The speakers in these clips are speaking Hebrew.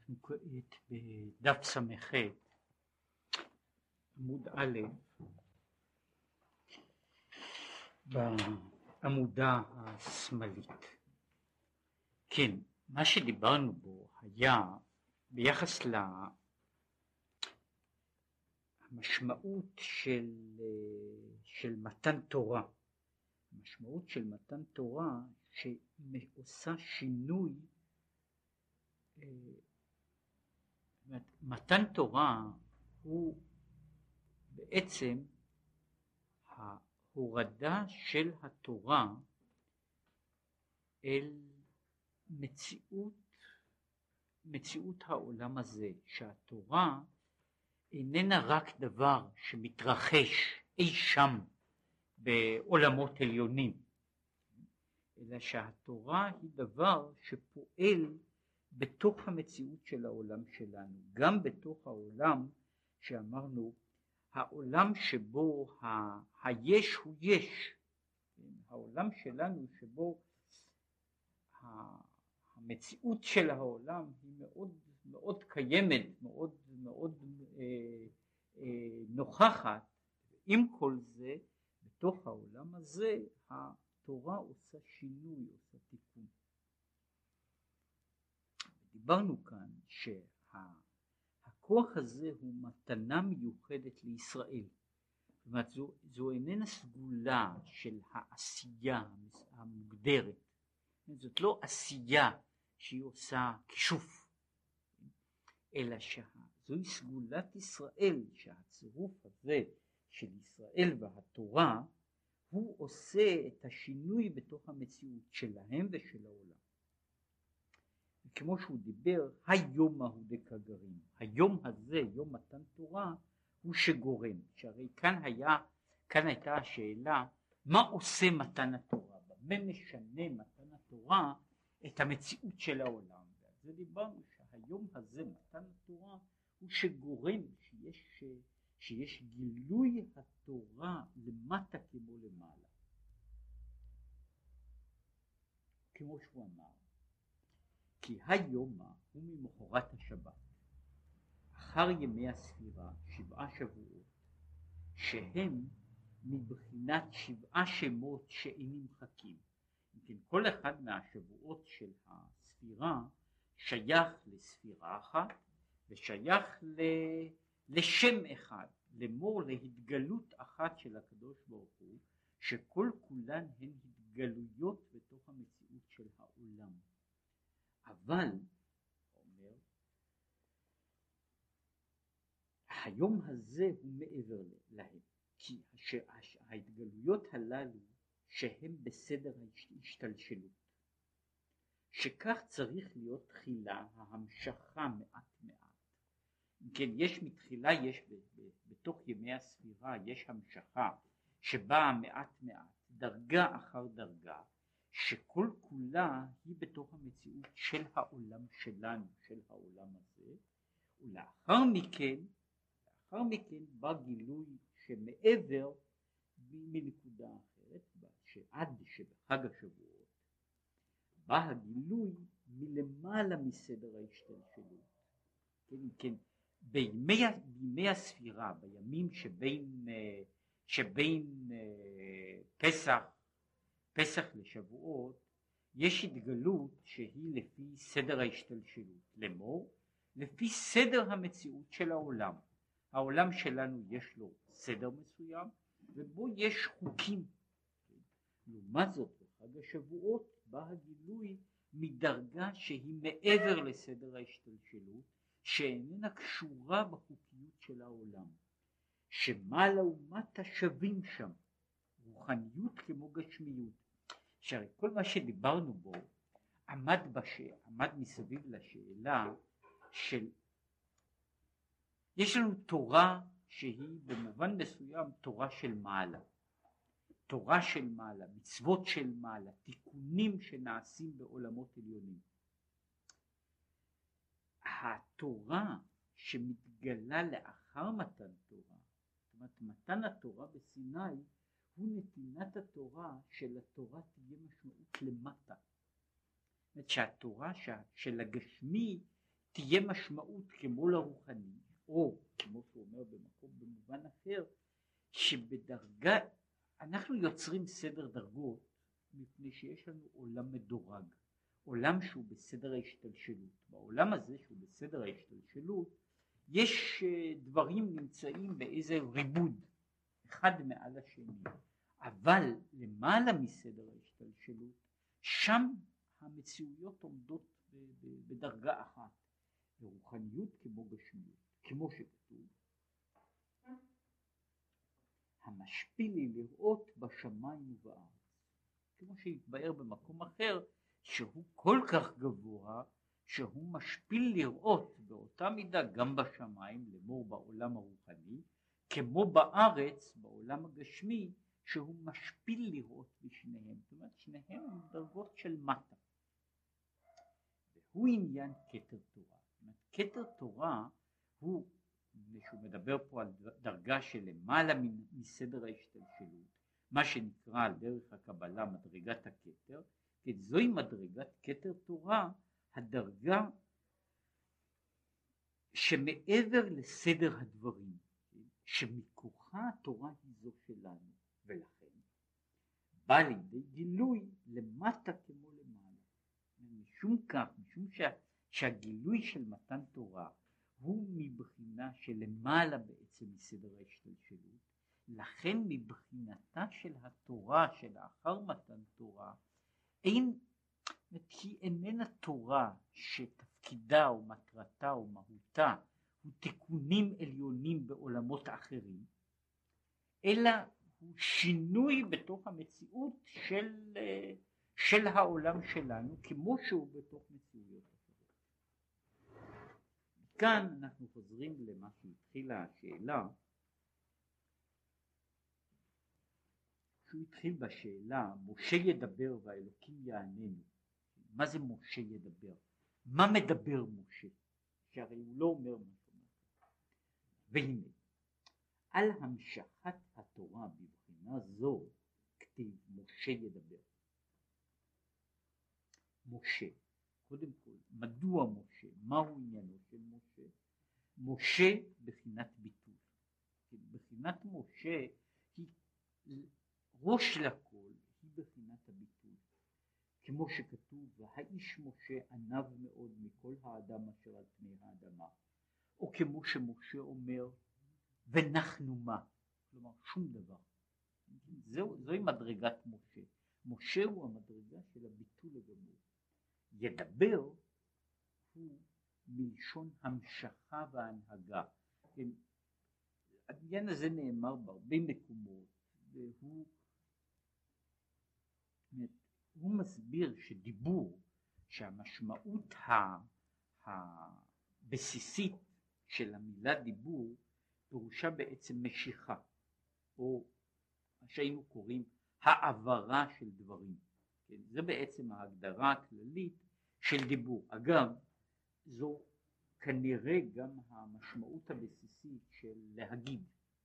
אנחנו כעת בדף ס"ח עמוד א' בעמודה השמאלית. כן, מה שדיברנו בו היה ביחס למשמעות של מתן תורה. המשמעות של מתן תורה שעושה שינוי. מתן תורה הוא בעצם ההורדה של התורה אל מציאות העולם הזה, שהתורה איננה רק דבר שמתרחש אי שם בעולמות עליונים, אלא שהתורה היא דבר שפועל בתוך המציאות של העולם שלנו, גם בתוך העולם שאמרנו, העולם שבו היש הוא יש, העולם שלנו שבו המציאות של העולם היא מאוד מאוד קיימת, מאוד מאוד נוכחת. עם כל זה, בתוך העולם הזה התורה עושה שינוי, עושה תיקון. דיברנו כאן שהכוח הזה הוא מתנה מיוחדת לישראל. זאת אומרת, זו איננה סגולה של העשייה המוגדרת. זאת לא עשייה שהיא עושה כישוף, אלא זוהי סגולת ישראל, שהצירוף הזה של ישראל והתורה הוא עושה את השינוי בתוך המציאות שלהם ושל העולם. כמו שהוא דיבר, היום ההוא דקגרין, היום הזה, יום מתן תורה, הוא שגורם. שהרי כאן הייתה השאלה, מה עושה מתן התורה? במה משנה מתן התורה את המציאות של העולם? ועל זה דיברנו שהיום הזה, מתן התורה, הוא שגורם שיש גילוי התורה למטה כמו למעלה. כמו שהוא אמר, כי היום הוא ממחרת השבת, אחר ימי הספירה, 7 שבועות, שהם מבחינת 7 שמות שאין נמחקים. כן, כל אחד מהשבועות של הספירה שייך לספירה אחת ושייך לשם אחד, לאמור להתגלות אחת של הקדוש ברוך הוא, שכל כולן הן התגלויות בתוך המציאות של העולם. אבל, אומר, היום הזה הוא מעבר להם, כי ההתגלויות הללו שהם בסדר ההשתלשלות, שכך צריך להיות תחילה ההמשכה מעט מעט. כן, יש מתחילה, יש בתוך ימי הספירה, יש המשכה שבאה מעט מעט, דרגה אחר דרגה, שכל כולה היא בתוך המציאות של העולם שלנו, של העולם הזה, ולאחר מכן בא גילוי שמעבר מנקודה אחרת, שעד שבחג השבועות בא הגילוי מלמעלה מסדר ההשתלשלות. כן, בימי הספירה, בימים שבין פסח לשבועות, יש התגלות שהיא לפי סדר ההשתלשלות, לאמור לפי סדר המציאות של העולם. העולם שלנו יש לו סדר מסוים ובו יש חוקים. לעומת זאת בחג השבועות בא הגילוי מדרגה שהיא מעבר לסדר ההשתלשלות, שאיננה קשורה בחוקיות של העולם, שמעלה ומטה שווים שם, רוחניות כמו גשמיות. שהרי כל מה שדיברנו בו עמד מסביב לשאלה של, יש לנו תורה שהיא במובן מסוים תורה של מעלה, תורה של מעלה, מצוות של מעלה, תיקונים שנעשים בעולמות עליונים. התורה שמתגלה לאחר מתן תורה, זאת אומרת מתן התורה בסיני, הוא נתינת התורה, שלתורה תהיה משמעות למטה. זאת אומרת שהתורה של הגשמי תהיה משמעות כמו לרוחני, או כמו שהוא אומר במובן אחר, שבדרגה אנחנו יוצרים סדר דרגות מפני שיש לנו עולם מדורג, עולם שהוא בסדר ההשתלשלות. בעולם הזה שהוא בסדר ההשתלשלות יש דברים נמצאים באיזה ריבוד אחד מעל השני, אבל למעלה מסדר ההשתלשלות שם המציאויות עומדות בדרגה אחת, ורוחניות כמו גשמיות, כמו שכתוב המשפיל לי לראות בשמיים ובארץ, כמו שהתבאר במקום אחר שהוא כל כך גבוה שהוא משפיל לראות באותה מידה גם בשמיים, לאמור בעולם הרוחני, כמו בארץ בעולם הגשמי שהוא משפיל לראות בשניהם. זאת אומרת שניהם הם דרגות של מטה, והוא עניין כתר תורה. זאת אומרת כתר תורה הוא שהוא מדבר פה על דרגה של למעלה מסדר ההשתלשלות, מה שנקרא על דרך הקבלה מדרגת הכתר. זוהי מדרגת כתר תורה, הדרגה שמעבר לסדר הדברים, שמכוחה התורה היא זו שלנו, ולכן בא לידי גילוי למטה כמו למעלה. משום כך, משום שהגילוי של מתן תורה הוא מבחינה שלמעלה בעצם מסדר ההשתלשלות, לכן מבחינתה של התורה שלאחר מתן תורה היא איננה תורה שתפקידה או מטרתה או מהותה הוא תיקונים עליונים בעולמות אחרים, אלא הוא שינוי בתוך המציאות של העולם שלנו כמו שהוא בתוך מציאויות אחרות. כאן אנחנו חוזרים למה שהתחילה השאלה, שהוא התחיל בשאלה משה ידבר והאלוקים יעננו. מה זה משה ידבר? מה מדבר משה? שהרי הוא לא אומר משהו. והנה על המשכת התורה בבחינה זו כתיב משה ידבר. משה, קודם כל, מדוע משה? מהו עניינו של משה? משה בחינת ביטול. בחינת משה היא ראש לכל, היא בחינת הביטול. כמו שכתוב, והאיש משה ענב מאוד מכל האדם אשר על פני האדמה. או כמו שמשה אומר, ונחנו מה? כלומר, שום דבר. זוהי מדרגת משה. משה הוא המדרגה של הביטול הגמור. ידבר הוא מלשון המשכה והנהגה. כן, העניין הזה נאמר בהרבה מקומות, והוא מסביר שדיבור, שהמשמעות הבסיסית של המילה דיבור פירושה בעצם משיכה, או מה שהיינו קוראים העברה של דברים. כן, זה בעצם ההגדרה הכללית של דיבור. אגב, זו כנראה גם המשמעות הבסיסית של להגיד,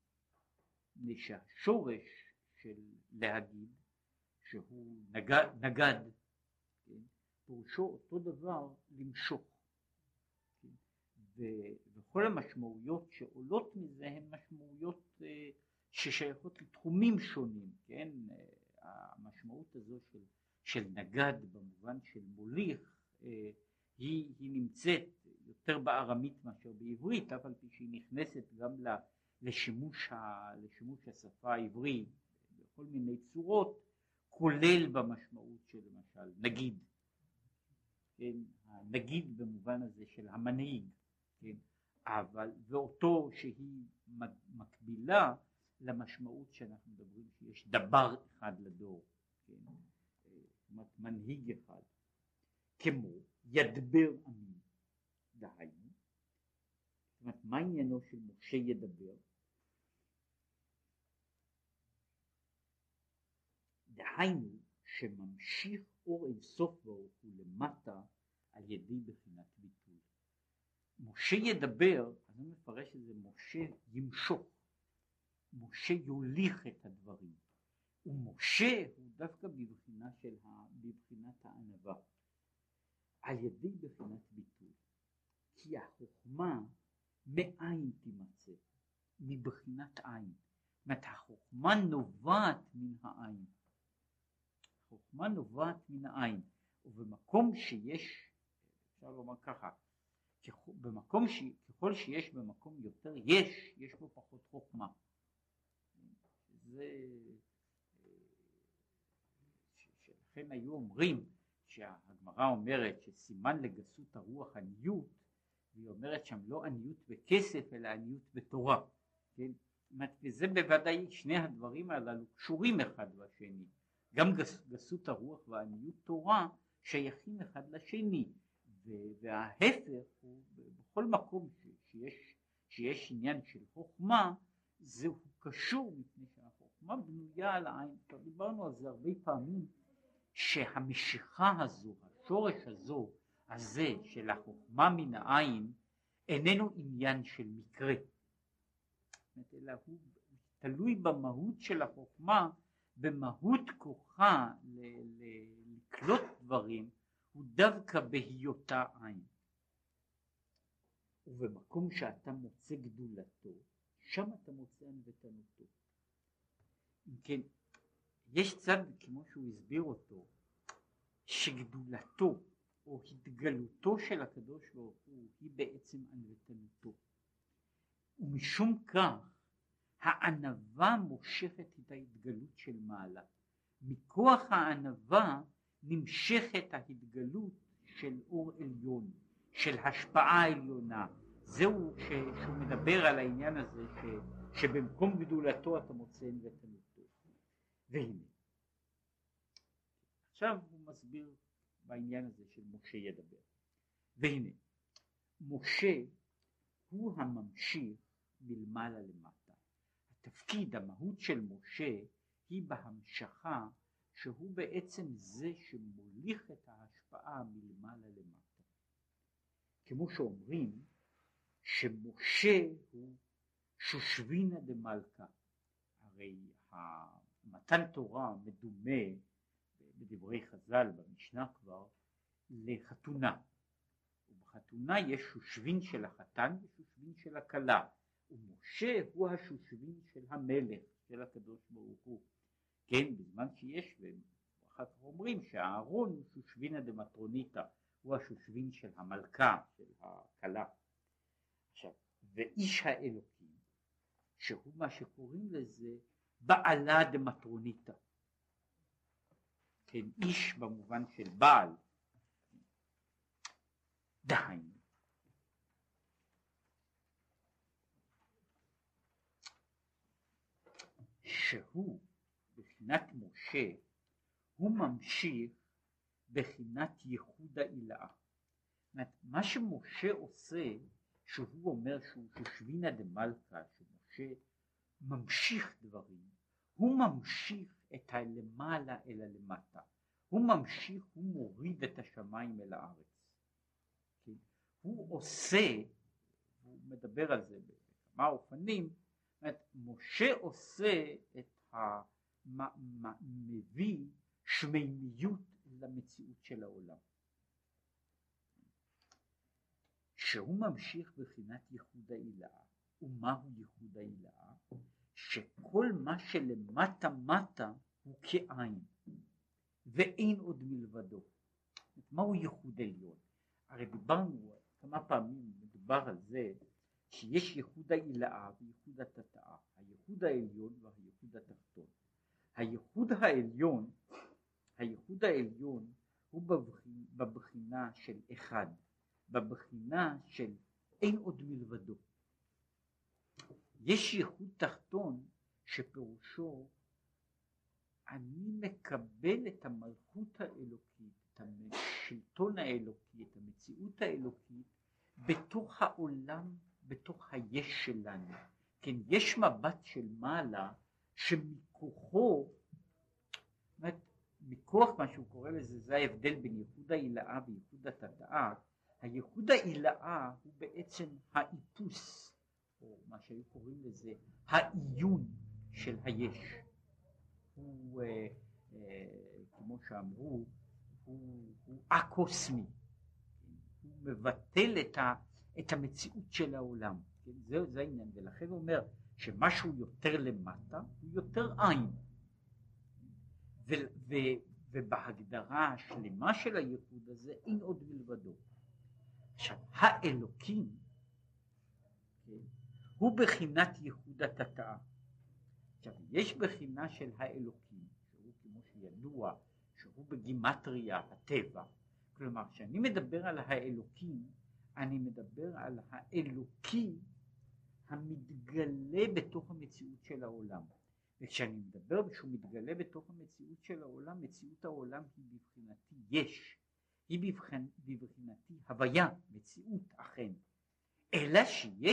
שהשורש של להגיד שהוא נגד, כן, פירושו אותו דבר למשוך, כן, וכל המשמעויות שעולות מזה הן משמעויות ששייכות לתחומים שונים. כן, המשמעות הזו של נגד במובן של מוליך היא נמצאת יותר בארמית מאשר בעברית, אף על פי שהיא נכנסת גם לשימוש השפה העברית בכל מיני צורות, כולל במשמעות של למשל נגיד, כן, הנגיד במובן הזה של המנהיג, כן, אבל ואותו שהיא מקבילה למשמעות שאנחנו מדברים שיש דבר אחד לדור, כן, מנהיג אחד, כמו ידבר עמים. דהיינו, זאת אומרת, מה עניינו של משה ידבר? דהיינו שממשיך אור אין סוף ברוך הוא למטה על ידי בחינת ביטול. משה ידבר, אני מפרש את זה, משה ימשוך, משה יוליך את הדברים, ומשה הוא דווקא בבחינת הענווה, על ידי בחינת ביטול. כי כי החוכמה מאין תימצא, מבחינת עין. זאת אומרת, החוכמה נובעת מן העין. החוכמה נובעת מן העין, ובמקום שיש, אפשר לומר ככה, במקום ככל שיש במקום יותר יש בו פחות חוכמה. זה שלכן היו אומרים שהגמרא אומרת שסימן לגסות הרוח עניות, והיא אומרת שם לא עניות בכסף אלא עניות בתורה, כן? וזה בוודאי שני הדברים הללו קשורים אחד לשני, גם גסות הרוח ועניות תורה שייכים אחד לשני, וההפך הוא בכל מקום שיש עניין של חוכמה זהו קשור, מפני שהחוכמה בנויה על העין. דיברנו על זה הרבה פעמים, שהמשיכה הזו, השורש הזה של החוכמה מן העין איננו עניין של מקרה, אלא הוא תלוי במהות של החוכמה, במהות כוחה לקלוט דברים, הוא דווקא בהיותה עין. ובמקום שאתה מוצא גדולתו, שם אתה מוצא ענוותנותו. אם כן, יש צד, כמו שהוא הסביר אותו, שגדולתו או התגלותו של הקדוש ברוך הוא היא בעצם ענוותנותו. ומשום כך הענווה מושכת את ההתגלות של מעלה. מכוח הענווה נמשכת ההתגלות של אור עליון, של השפעה עליונה. זהו שהוא מדבר על העניין הזה שבמקום גדולתו אתה מוצא ענוותנותו. והנה עכשיו הוא מסביר בעניין הזה של משה ידבר. והנה משה הוא הממשיך מלמעלה למטה. התפקיד, המהות של משה היא בהמשכה, שהוא בעצם זה שמוליך את ההשפעה מלמעלה למטה. כמו שאומרים שמשה הוא שושבינה דמלכה. הרי מתן תורה מדומה בדברי חז"ל במשנה כבר לחתונה, ובחתונה יש שושבין של החתן ושושבין של הכלה, ומשה הוא השושבין של המלך, של הקדוש ברוך הוא, כן, בזמן שיש, ואחר כך אומרים שהארון הוא שושבינה דמטרוניתא, הוא השושבין של המלכה, של הכלה. עכשיו, ואיש האלוקים, שהוא מה שקוראים לזה בעלה דמטרוניתא, כן, איש במובן של בעל, דהיינו שהוא בחינת משה הוא ממשיך בחינת ייחוד העילאה. מה שמשה עושה, שהוא אומר שהוא שושבינה דמלכה, שמשה ממשיך דברים, הוא ממשיך את הלמעלה אל הלמטה, הוא ממשיך, הוא מוריד את השמיים אל הארץ, כן? הוא עושה, הוא מדבר על זה בכמה אופנים, משה עושה את מביא שמימיות למציאות של העולם, שהוא ממשיך בחינת ייחוד העילאה. ומהו ייחוד העילאה? שכל מה שלמטה מטה הוא כעין ואין עוד מלבדו. מהו ייחוד עליון? הרי דיברנו כמה פעמים, מדובר על זה שיש ייחוד העילאה וייחוד התתאה, הייחוד העליון והייחוד התחתון. הייחוד העליון הוא בבחינה של אחד, בבחינה של אין עוד מלבדו. יש ייחוד תחתון שפירושו אני מקבל את המלכות האלוקית, את השלטון האלוקי, את המציאות האלוקית בתוך העולם, בתוך היש שלנו. כן, יש מבט של מעלה שמכוחו, מכוח מה שהוא קורא לזה, זה ההבדל בין ייחוד העילאה וייחוד התתאה. הייחוד העילאה הוא בעצם האיפוס, או מה שהיו קוראים לזה העיון של היש. הוא כמו שאמרו, הוא א-קוסמי, הוא מבטל את המציאות של העולם. כן? זה העניין, ולכן הוא אומר שמשהו יותר למטה הוא יותר עין. ובהגדרה השלמה של הייחוד הזה אין עוד מלבדו. עכשיו, האלוקים, כן, הוא בחינת ייחוד התתאה. עכשיו, יש בחינה של האלוקים, שהוא כמו שידוע, שהוא בגימטריה הטבע. כלומר, כשאני מדבר על האלוקים, אני מדבר על האלוקי המתגלה בתוך המציאות של העולם. וכשאני מדבר שהוא מתגלה בתוך המציאות של העולם, מציאות העולם היא בבחינתי יש, היא בבחינתי הוויה, מציאות אכן, אלא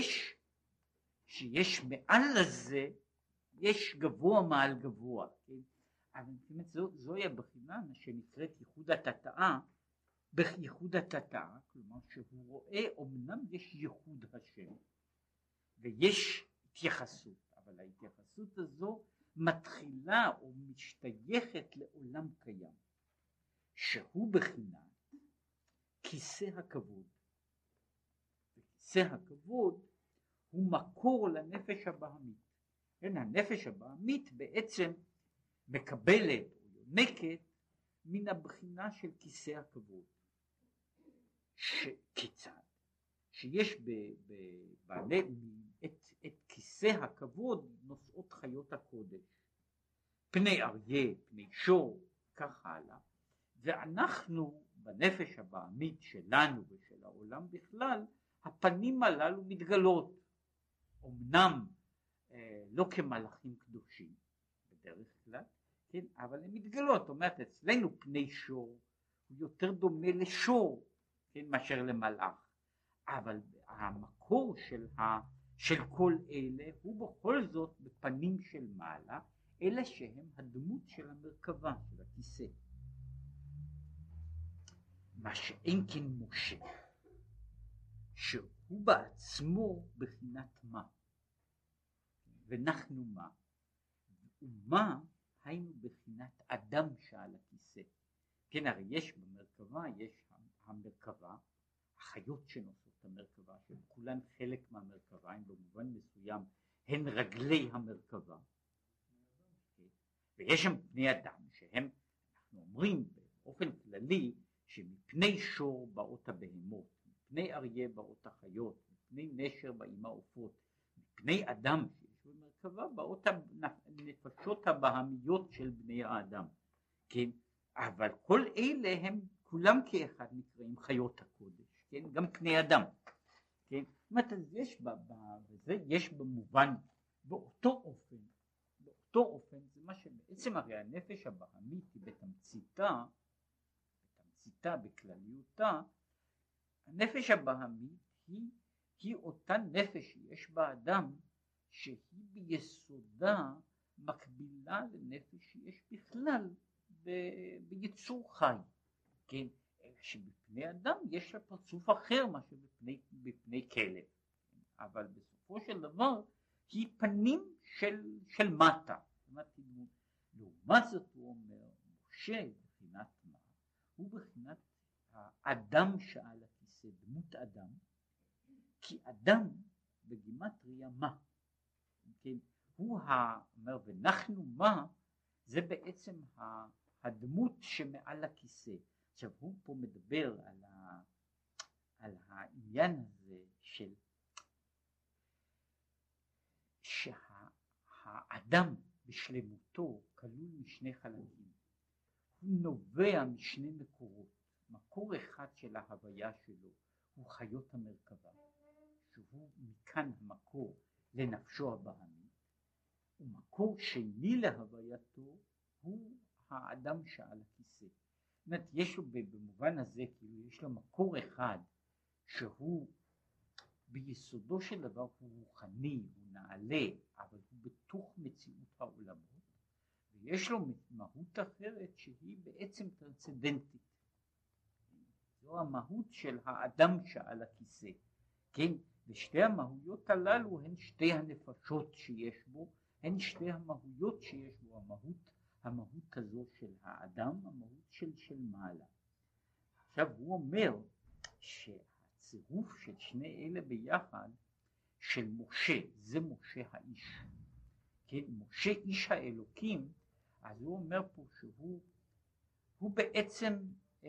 שיש מעל לזה, יש גבוה מעל גבוה, כן? אבל באמת זוהי הבחינה שנקראת ייחוד התתאה, בייחוד התתאה, כלומר שהוא רואה, אמנם יש ייחוד השם, ויש התייחסות, אבל ההתייחסות הזו מתחילה או משתייכת לעולם קיים, שהוא בחינת כיסא הכבוד. וכיסא הכבוד הוא מקור לנפש הבהמית. כן, הנפש הבהמית בעצם מקבלת או יונקת מן הבחינה של כיסא הכבוד. כיצד? שיש בעלי את כיסא הכבוד נושאות חיות הקודש, פני אריה, פני שור, כך הלאה, ואנחנו בנפש הבהמית שלנו ושל העולם בכלל, הפנים הללו מתגלות, אמנם לא כמלאכים קדושים בדרך כלל, כן, אבל הן מתגלות. זאת אומרת, אצלנו פני שור הוא יותר דומה לשור, כן, מאשר למלאך, אבל המקור של כל אלה הוא בכל זאת בפנים של מעלה, אלא שהם הדמות של המרכבה, של הכיסא. מה שאין כן משה, שהוא בעצמו בחינת מה, ונחנו מה, ומה היינו בחינת אדם שעל הכיסא. כן, הרי יש במרכבה, יש המרכבה, החיות שנושאות את המרכבה, שהן כולן חלק מהמרכבה, הן במובן מסוים הן רגלי המרכבה, ויש שם בני אדם שהם, אנחנו אומרים באופן כללי, שמפני שור באות הבהמות, מפני אריה באות החיות, מפני נשר באים העופות, מפני אדם שיש במרכבה באות הנפשות הבהמיות של בני האדם, כן? אבל כל אלה הם כולם כאחד נקראים חיות הקודש, כן? גם פני אדם, כן? זאת אומרת, יש במובן, באותו אופן, זה מה שבעצם הרי הנפש הבהמית היא בתמציתה, בכלליותה, הנפש הבהמית היא אותה נפש שיש באדם, שהיא ביסודה מקבילה לנפש שיש בכלל ביצור חי, כן? שבפני אדם יש לה פרצוף אחר מאשר בפני כלב, אבל בסופו של דבר היא פנים של מטה. לעומת זאת הוא אומר, משה בחינת מה? הוא בחינת האדם שעל הכיסא, דמות אדם, כי אדם בגימטריה מה, כן? הוא אומר ונחנו מה, זה בעצם הדמות שמעל הכיסא. עכשיו הוא פה מדבר על העניין הזה של שהאדם בשלמותו כלול משני חלקים, הוא נובע משני מקורות. מקור אחד של ההוויה שלו הוא חיות המרכבה, שהוא מכאן המקור לנפשו הבהמית, ומקור שני להווייתו הוא האדם שעל הכיסא. זאת אומרת, יש לו במובן הזה, כאילו יש לו מקור אחד שהוא ביסודו של דבר הוא רוחני, הוא נעלה, אבל הוא בתוך מציאות העולמות, ויש לו מהות אחרת שהיא בעצם טרנסצנדנטית. זו המהות של האדם שעל הכיסא, כן? ושתי המהויות הללו הן שתי הנפשות שיש בו, הן שתי המהויות שיש בו, המהות הזו של האדם, המהות של מעלה. עכשיו הוא אומר הצירוף של שני אלה ביחד, של משה, זה משה האיש, כן, משה איש האלוקים, אז הוא אומר פה שהוא בעצם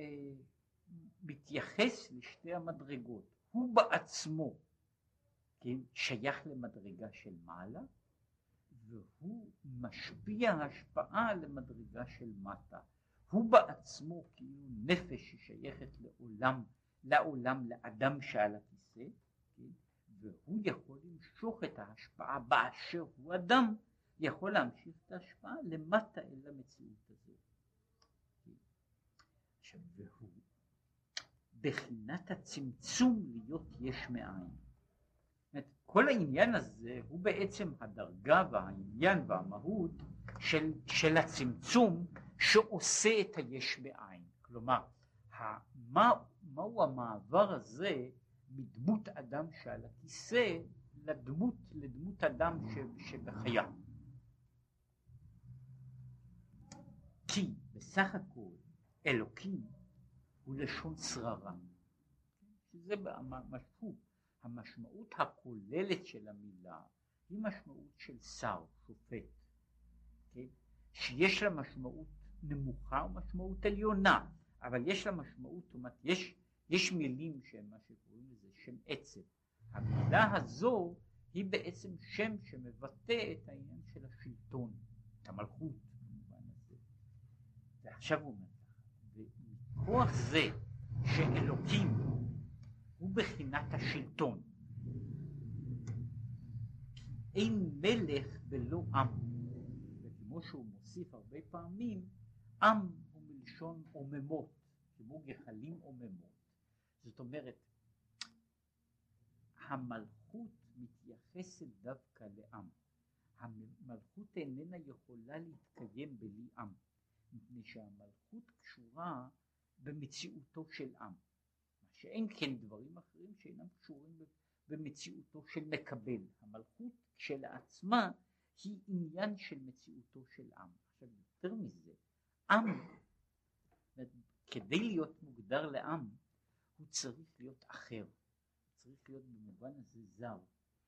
מתייחס לשתי המדרגות, הוא בעצמו, כן, שייך למדרגה של מעלה, והוא משפיע השפעה למדרגה של מטה. הוא בעצמו כאילו נפש ששייכת לעולם, לאדם שעל הכיסא, כן? והוא יכול למשוך את ההשפעה באשר הוא אדם, יכול להמשיך את ההשפעה למטה אל המציאות הזאת. כן? עכשיו, והוא בחינת הצמצום להיות יש מאין. כל העניין הזה הוא בעצם הדרגה והעניין והמהות של הצמצום שעושה את היש מאין. כלומר, מהו המעבר הזה מדמות אדם שעל הכיסא לדמות אדם שבחיה. כי בסך הכל אלוקים הוא לשון שררה, שזה המשמעות הכוללת של המילה היא משמעות של שר, שופט, כן? שיש לה משמעות נמוכה ומשמעות עליונה, אבל יש לה משמעות, זאת אומרת, יש מילים שהם מה שקוראים לזה שם עצב. המילה הזו היא בעצם שם שמבטא את העניין של השלטון, את המלכות במובן הזה. ועכשיו הוא אומר, ומכוח זה שאלוקים הוא בחינת השלטון, אין מלך ולא עם, וכמו שהוא מוסיף הרבה פעמים, עם הוא מלשון עוממות, כמו גחלים עוממות. זאת אומרת, המלכות מתייחסת דווקא לעם. המלכות איננה יכולה להתקיים בלי עם, מפני שהמלכות קשורה במציאותו של עם, מה שאין כן דברים אחרים שאינם קשורים במציאותו של מקבל. המלכות כשלעצמה היא עניין של מציאותו של עם. עכשיו יותר מזה, עם, כדי להיות מוגדר לעם, הוא צריך להיות אחר, הוא צריך להיות במובן הזה זר.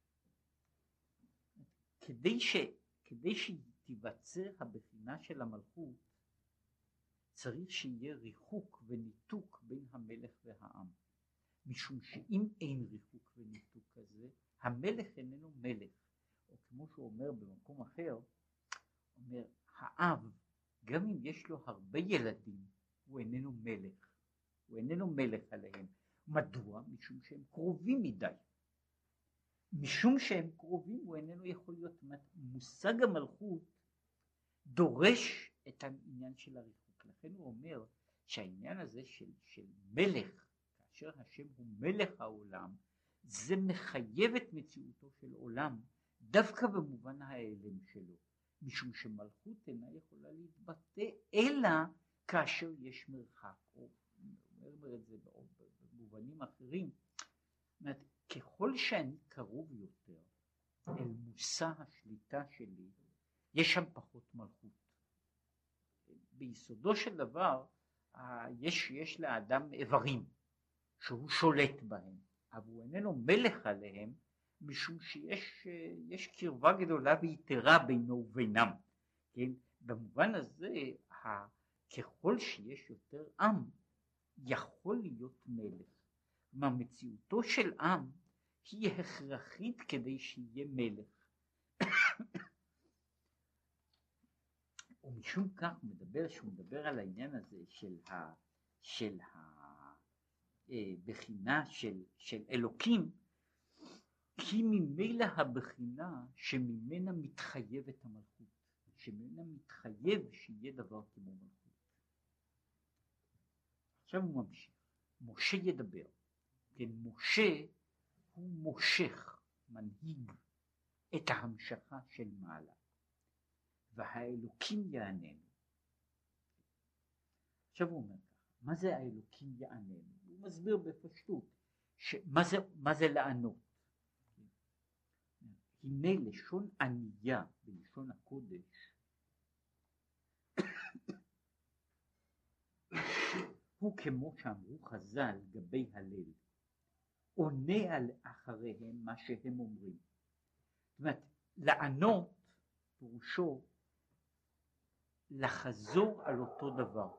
כדי שתיווצר הבחינה של המלכות, צריך שיהיה ריחוק וניתוק בין המלך והעם. משום שאם אין ריחוק וניתוק כזה, המלך איננו מלך. או כמו שהוא אומר במקום אחר, אומר, האב, גם אם יש לו הרבה ילדים, הוא איננו מלך. הוא איננו מלך עליהם. מדוע? משום שהם קרובים מדי. משום שהם קרובים, הוא איננו יכול להיות. מושג המלכות דורש את העניין של הריחוק. לכן הוא אומר שהעניין הזה של מלך, כאשר השם הוא מלך העולם, זה מחייב את מציאותו של עולם, דווקא במובן ההיעלם שלו. משום שמלכות אינה יכולה להתבטא, אלא כאשר יש מרחק. או אומר את זה במובנים אחרים. ככל שאני קרוב יותר אל מושא השליטה שלי, יש שם פחות מלכות. ביסודו של דבר, יש לאדם איברים שהוא שולט בהם, אבל הוא איננו מלך עליהם, משום שיש קרבה גדולה ויתרה בינו ובינם. כן? במובן הזה, ככל שיש יותר עם, יכול להיות מלך. כלומר, מציאותו של עם היא הכרחית כדי שיהיה מלך. ומשום כך שהוא מדבר על העניין הזה של הבחינה של אלוקים, כי ממילא הבחינה שממנה מתחייבת המלכות, שממנה מתחייב שיהיה דבר כמו מלכות. עכשיו הוא ממשיך, משה ידבר, כן, משה הוא מושך, מנהיג את ההמשכה של מעלה, והאלוקים יעננו. עכשיו הוא אומר ככה, מה זה האלוקים יעננו? הוא מסביר בפשטות, מה זה לענות. הנה לשון ענייה בלשון הקודש, הוא כמו שאמרו חז"ל גבי הלל, עונה על אחריהם מה שהם אומרים. זאת אומרת, לענות פירושו לחזור על אותו דבר.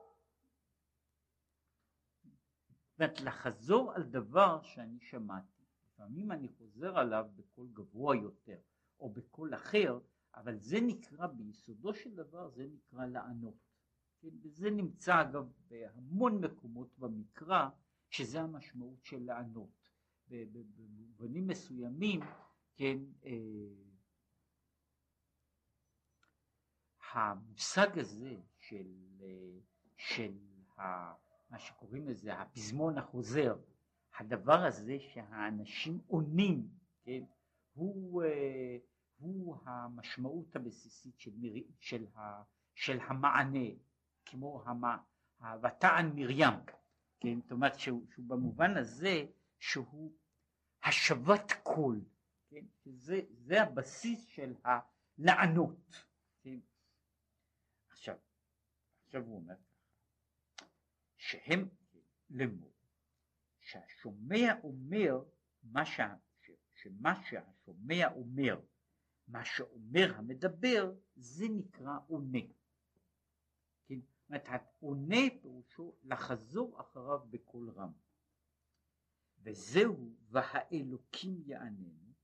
זאת אומרת, לחזור על דבר שאני שמעתי. לפעמים אני חוזר עליו בקול גבוה יותר או בקול אחר, אבל זה נקרא, ביסודו של דבר זה נקרא לענות. כן? וזה נמצא אגב בהמון מקומות במקרא, שזה המשמעות של לענות. במובנים מסוימים, כן, המושג הזה של מה שקוראים לזה הפזמון החוזר, הדבר הזה שהאנשים עונים, כן, הוא המשמעות הבסיסית של המענה, כמו ותען מרים, כן, זאת אומרת שהוא במובן הזה שהוא השבת קול, כן, זה הבסיס של הלענות, כן. עכשיו הוא אומר שהם לאמור שהשומע אומר שמה שהשומע אומר, מה שאומר המדבר, זה נקרא עונה. כן? זאת אומרת, עונה פירושו לחזור אחריו בקול רם. וזהו והאלוקים יעננו,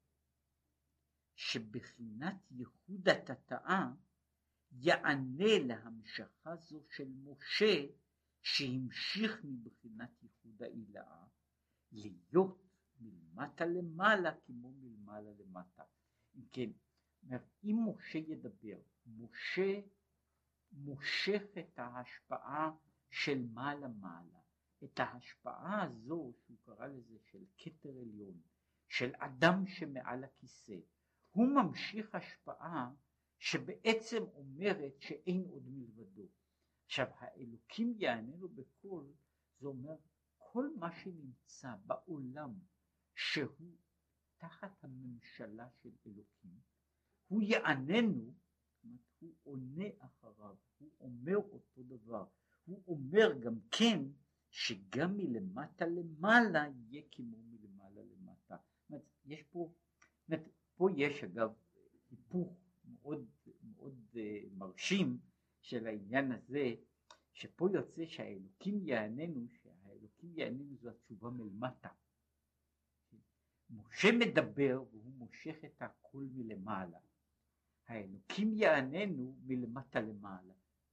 שבחינת ייחוד התתאה יענה להמשכה זו של משה, שהמשיך מבחינת ייחוד העילאה, להיות מלמטה למעלה כמו מלמעלה למטה. אם כן, אם משה ידבר, משה מושך את ההשפעה של מעלה מעלה, את ההשפעה הזו שהוא קרא לזה של כתר עליון, של אדם שמעל הכיסא, הוא ממשיך השפעה שבעצם אומרת שאין עוד מלבדו. עכשיו, האלוקים יעננו בקול, זה אומר כל מה שנמצא בעולם שהוא תחת הממשלה של אלוקים, הוא יעננו, הוא עונה אחריו, הוא אומר אותו דבר, הוא אומר גם כן שגם מלמטה למעלה יהיה כמו מלמעלה למטה. יש פה יש אגב היפוך מאוד מאוד מרשים של העניין הזה, שפה יוצא שהאלוקים יעננו זו התשובה מלמטה. משה מדבר והוא מושך את הקול מלמעלה, האלוקים יעננו מלמטה למעלה.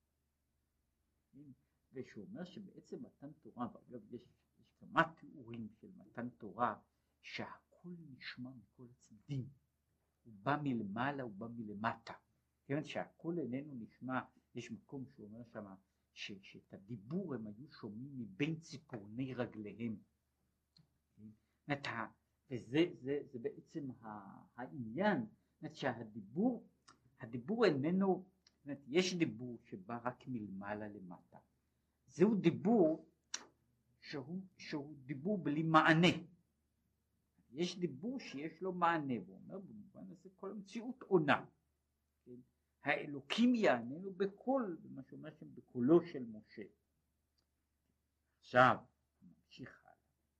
ושהוא אומר שבעצם מתן תורה, ואגב יש כמה תיאורים של מתן תורה, שהקול נשמע מכל הצדדים, הוא בא מלמעלה, הוא בא מלמטה. כיוון שהקול איננו נשמע, יש מקום שהוא אומר שמה, שאת הדיבור הם היו שומעים מבין ציפורני רגליהם. וזה בעצם העניין, שהדיבור איננו, יש דיבור שבא רק מלמעלה למטה. זהו דיבור שהוא דיבור בלי מענה. יש דיבור שיש לו מענה, והוא אומר במובן הזה כל המציאות עונה. כן? האלוקים יעננו בקול, במה שאומר שם בקולו של משה. עכשיו נמשיך הלאה.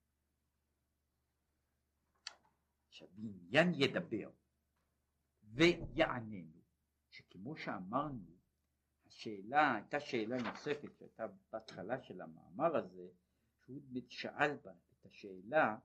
עכשיו בעניין ידבר ויעננו, שכמו שאמרנו, השאלה הייתה שאלה נוספת שהייתה בהתחלה של המאמר הזה, שהוא שאל בה את השאלה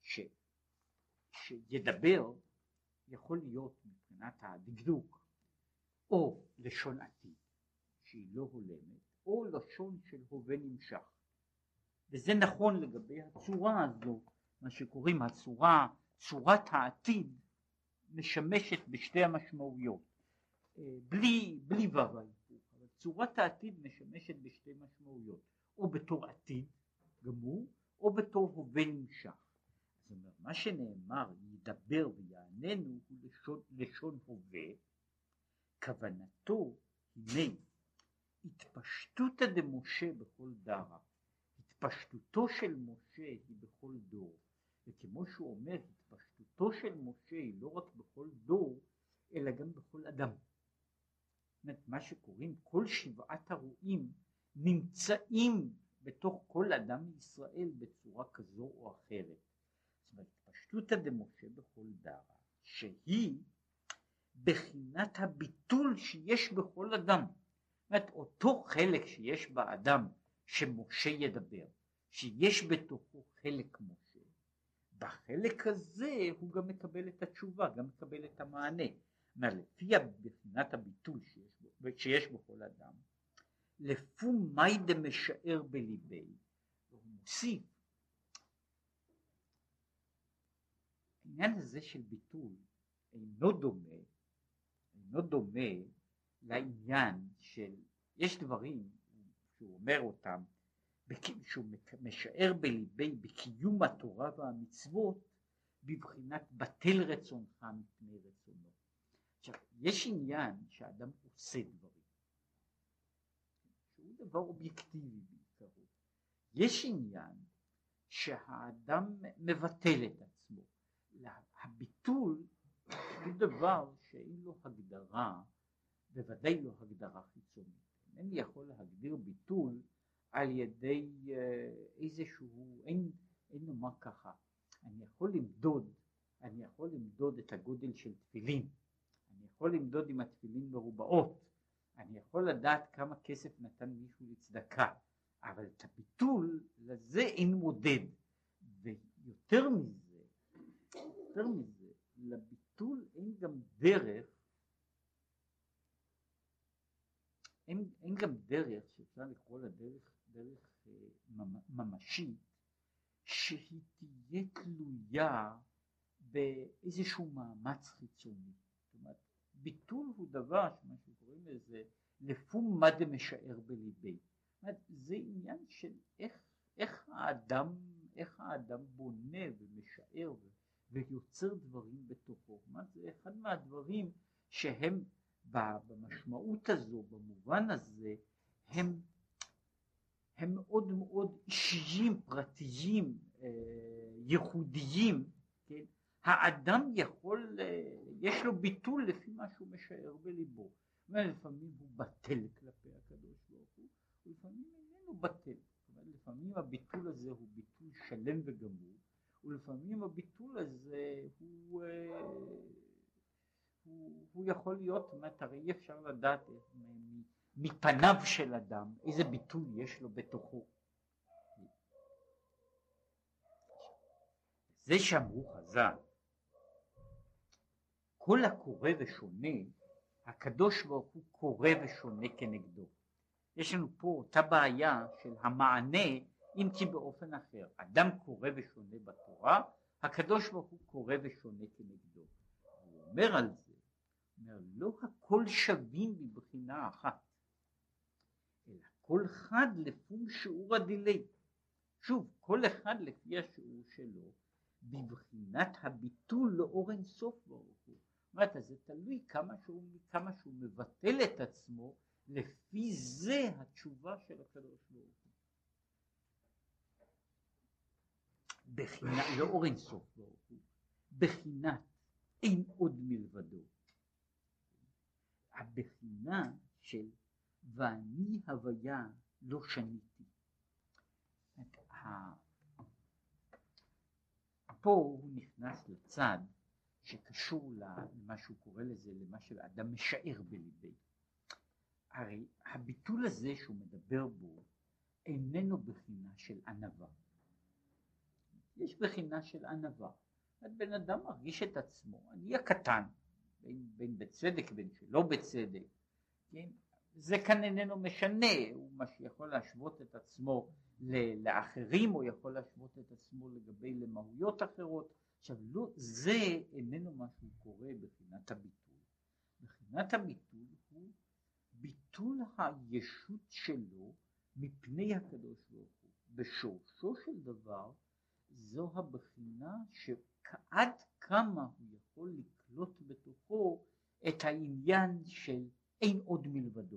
שידבר יכול להיות מבחינת הדקדוק או לשון עתיד שהיא לא הולמת, או לשון של הווה נמשך. וזה נכון לגבי הצורה הזו, מה שקוראים צורת העתיד משמשת בשתי המשמעויות, בלי וו ההיפוך, אבל צורת העתיד משמשת בשתי משמעויות, או בתור עתיד גמור, או בתור הווה נמשך. זאת אומרת, מה שנאמר ידבר ויעננו הוא לשון הווה, כוונתו הנה התפשטותא דמשה בכל דרא, התפשטותו של משה היא בכל דור, וכמו שהוא אומר התפשטותו של משה היא לא רק בכל דור אלא גם בכל אדם. זאת אומרת, מה שקוראים כל שבעת הרועים נמצאים בתוך כל אדם מישראל בצורה כזו או אחרת. זאת והתפשטותא דמשה בכל דרא, שהיא בחינת הביטול שיש בכל אדם. זאת אומרת, אותו חלק שיש באדם שמשה ידבר, שיש בתוכו חלק משה, בחלק הזה הוא גם מקבל את התשובה, גם מקבל את המענה. לפי בחינת הביטול שיש בכל אדם, לפו מאי דמשאר בליבי, הוא מוסיף, העניין הזה של ביטול אינו דומה לעניין של, יש דברים שהוא אומר אותם, שהוא משאר בליבי בקיום התורה והמצוות, בבחינת בטל רצונך מפני רצונו. עכשיו, יש עניין שהאדם עושה דברים, שהוא דבר אובייקטיבי בעיקרו. יש עניין שהאדם מבטל את עצמו. הביטול הוא דבר שאין לו הגדרה, בוודאי לא הגדרה חיצונית. אינני יכול להגדיר ביטול על ידי איזשהו, אין נאמר ככה, אני יכול למדוד את הגודל של תפילין, אני יכול למדוד אם התפילין מרובעות, אני יכול לדעת כמה כסף נתן מישהו לצדקה, אבל את הביטול לזה אין מודד. ויותר מזה, לביטול אין גם דרך, אין גם דרך שאפשר לקרוא לה דרך ממשית, שהיא תהיה תלויה באיזשהו מאמץ חיצוני. זאת אומרת, ביטול הוא דבר שמה שקוראים לזה לפום מה דמשאר בליבי. זאת אומרת, זה עניין של איך האדם בונה ומשאר ויוצר דברים בתוכו. זאת אומרת, זה אחד מהדברים שהם במשמעות הזו, במובן הזה, הם מאוד מאוד אישיים, פרטיים, ייחודיים, כן? האדם יכול, יש לו ביטול לפי מה שהוא משאר בליבו. לפעמים הוא בטל כלפי הקדוש ברוך הוא, ולפעמים איננו בטל. לפעמים הביטול הזה הוא ביטול שלם וגמור, ולפעמים הביטול הזה הוא יכול להיות, זאת אומרת, הרי אי אפשר לדעת מפניו של אדם איזה ביטול יש לו בתוכו. זה שאמרו חז"ל, כל הקורא ושונה, הקדוש ברוך הוא קורא ושונה כנגדו. יש לנו פה אותה בעיה של המענה, אם כי באופן אחר. אדם קורא ושונה בתורה, הקדוש ברוך הוא קורא ושונה כנגדו. הוא אומר על זה, אומר, לא הכל שווים בבחינה אחת, אלא כל אחד לפום שיעור הדילי. שוב, כל אחד לפי השיעור שלו, בבחינת הביטול לאור אין סוף ברוך הוא. זאת אומרת, זה תלוי כמה שהוא מבטל את עצמו, לפי זה התשובה של הקדוש ברוך הוא. בחינת, לאור אין סוף ברוך הוא, בחינת אין עוד מלבדו. הבחינה של ואני הוויה לא שניתי. פה הוא נכנס לצד שקשור למה שהוא קורא לזה, למה שאדם משאר בליבי. הרי הביטול הזה שהוא מדבר בו איננו בחינה של ענווה. יש בחינה של ענווה. בן אדם מרגיש את עצמו, אני הקטן, בין בצדק בין שלא בצדק, כן? זה כאן איננו משנה, הוא מה שיכול להשוות את עצמו לאחרים, או יכול להשוות את עצמו לגבי למהויות אחרות. עכשיו, לא, זה איננו מה שהוא קורא בחינת הביטול. בחינת הביטול הוא ביטול הישות שלו מפני הקדוש ברוך הוא. בשורשו של דבר, זו הבחינה שעד כמה הוא יכול לקלוט בתוכו את העניין של אין עוד מלבדו.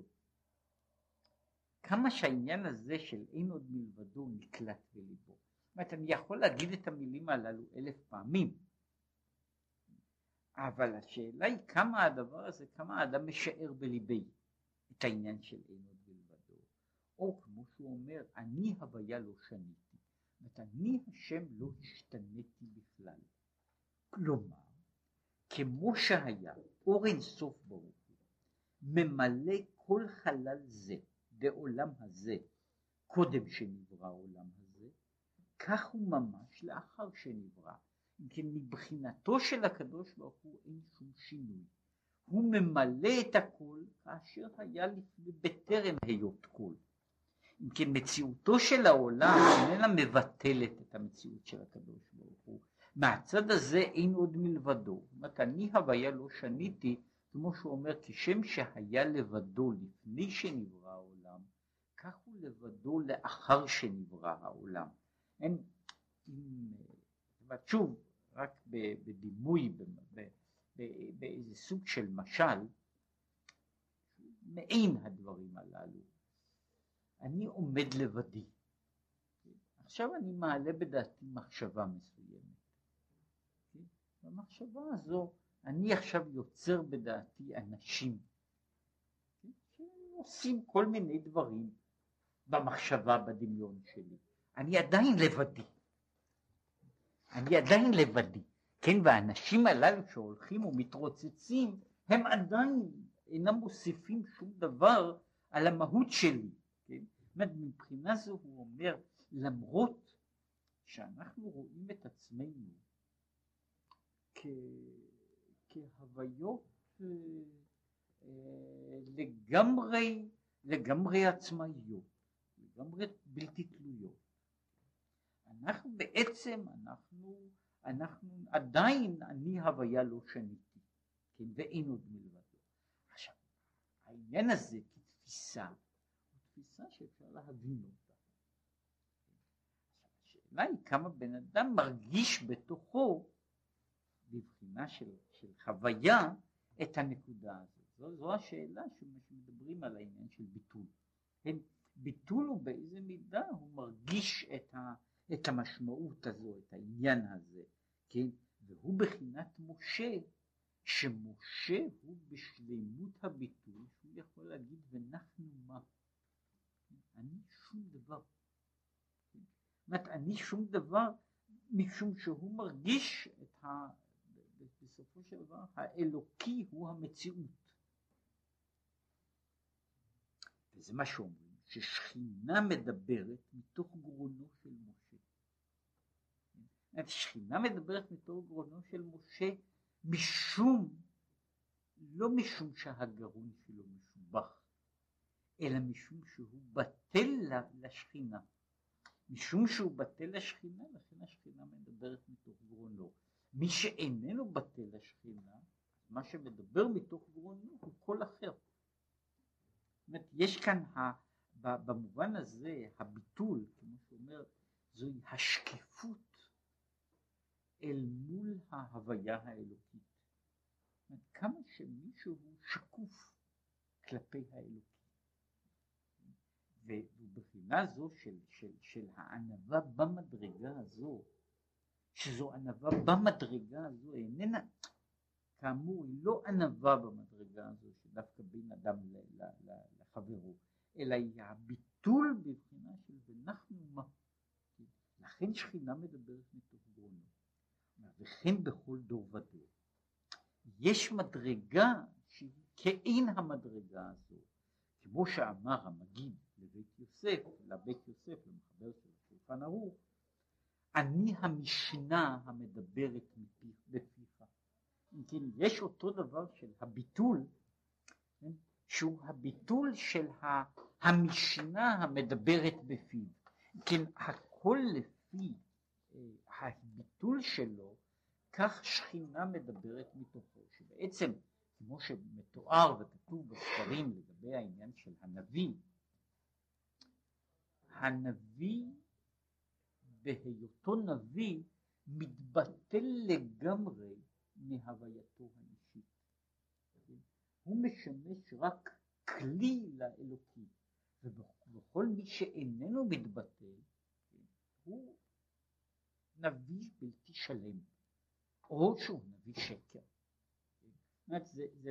כמה שהעניין הזה של אין עוד מלבדו נקלט בליבו. זאת אומרת, אני יכול להגיד את המילים הללו 1000 פעמים, אבל השאלה היא כמה הדבר הזה, כמה האדם משאר בליבי את העניין של אין עוד מלבדו. או כמו שהוא אומר, אני הוויה לא שניתי. אני השם לא השתניתי בכלל. כלומר, כמו שהיה אור אין סוף ברוך הוא, ממלא כל חלל זה בעולם הזה, קודם שנברא העולם הזה, כך הוא ממש לאחר שנברא. אם כן, מבחינתו של הקדוש ברוך הוא אין שום שינוי. הוא ממלא את הכל כאשר היה לפני בטרם היות כל. אם כן, מציאותו של העולם איננה מבטלת את המציאות של הקדוש ברוך הוא. מהצד הזה אין עוד מלבדו. זאת אומרת, אני הוויה לא שניתי, כמו שהוא אומר, כשם שהיה לבדו לפני שנברא העולם, כך הוא לבדו לאחר שנברא העולם. אין, שוב, רק בדימוי, באיזה סוג של משל, מעין הדברים הללו. אני עומד לבדי. עכשיו אני מעלה בדעתי מחשבה מסוימת. במחשבה הזו אני עכשיו יוצר בדעתי אנשים שעושים כל מיני דברים במחשבה, בדמיון שלי. אני עדיין לבדי. אני עדיין לבדי. כן, והאנשים הללו שהולכים ומתרוצצים, הם עדיין אינם מוסיפים שום דבר על המהות שלי. כן? זאת אומרת, מבחינה זו הוא אומר, למרות שאנחנו רואים את עצמנו כהוויות לגמרי עצמאיות, לגמרי בלתי תלויות. אנחנו בעצם, אנחנו עדיין, אני הוויה לא שניתי, כן? ואין עוד מלבדו. עכשיו, העניין הזה כתפיסה, הוא תפיסה שאפשר להבין אותה. השאלה היא כמה בן אדם מרגיש בתוכו, בבחינה של חוויה, את הנקודה הזאת. זו השאלה שמדברים על העניין של ביטול. כן? ביטול הוא באיזה מידה הוא מרגיש את המשמעות הזו, את העניין הזה, כן? והוא בחינת משה, שמשה הוא בשלמות הביטול, שהוא יכול להגיד ונחנו מה? אני שום דבר. זאת אומרת, אני שום דבר, משום שהוא מרגיש בסופו של דבר, האלוקי הוא המציאות. וזה מה שאומרים, ששכינה מדברת מתוך גרונו של משה. שכינה מדברת מתוך גרונו של משה, לא משום שהגרון שלו משובח, אלא משום שהוא בטל לשכינה. משום שהוא בטל לשכינה, לכן השכינה מדברת מתוך גרונו. מי שאיננו בטל לשכינה, מה שמדבר מתוך גרונו הוא כל אחר. זאת אומרת, יש כאן במובן הזה הביטול, כמו שאומר, זוהי השקיפות אל מול ההוויה האלוקית. זאת אומרת, כמה שמישהו שקוף כלפי האלוקית. ובבחינה זו של הענווה במדרגה הזו, שזו ענווה במדרגה הזו, איננה, כאמור, היא לא ענווה במדרגה הזו, שדווקא בין אדם לחברו, אלא היא הביטול בבחינה של ונחנו מה. לכן שכינה מדברת מתוך גרונו. וכן בכל דור ודור. יש מדרגה שהיא כאין המדרגה הזו, כמו שאמר המגיד לבית יוסף, למחבר של השולחן ערוך, אני המשנה המדברת בפיך. אם כן, יש אותו דבר של הביטול, שהוא הביטול של המשנה המדברת בפיו. כן, הכל לפי הביטול שלו, כך שכינה מדברת מתוכו, שבעצם כמו שמתואר וכתוב בספרים לגבי העניין של הנביא, הנביא בהיותו נביא מתבטל לגמרי מהווייתו האישית. הוא משמש רק כלי לאלוקי, ובכל מי שאיננו מתבטל הוא נביא בלתי שלם, או שהוא נביא שקר. זה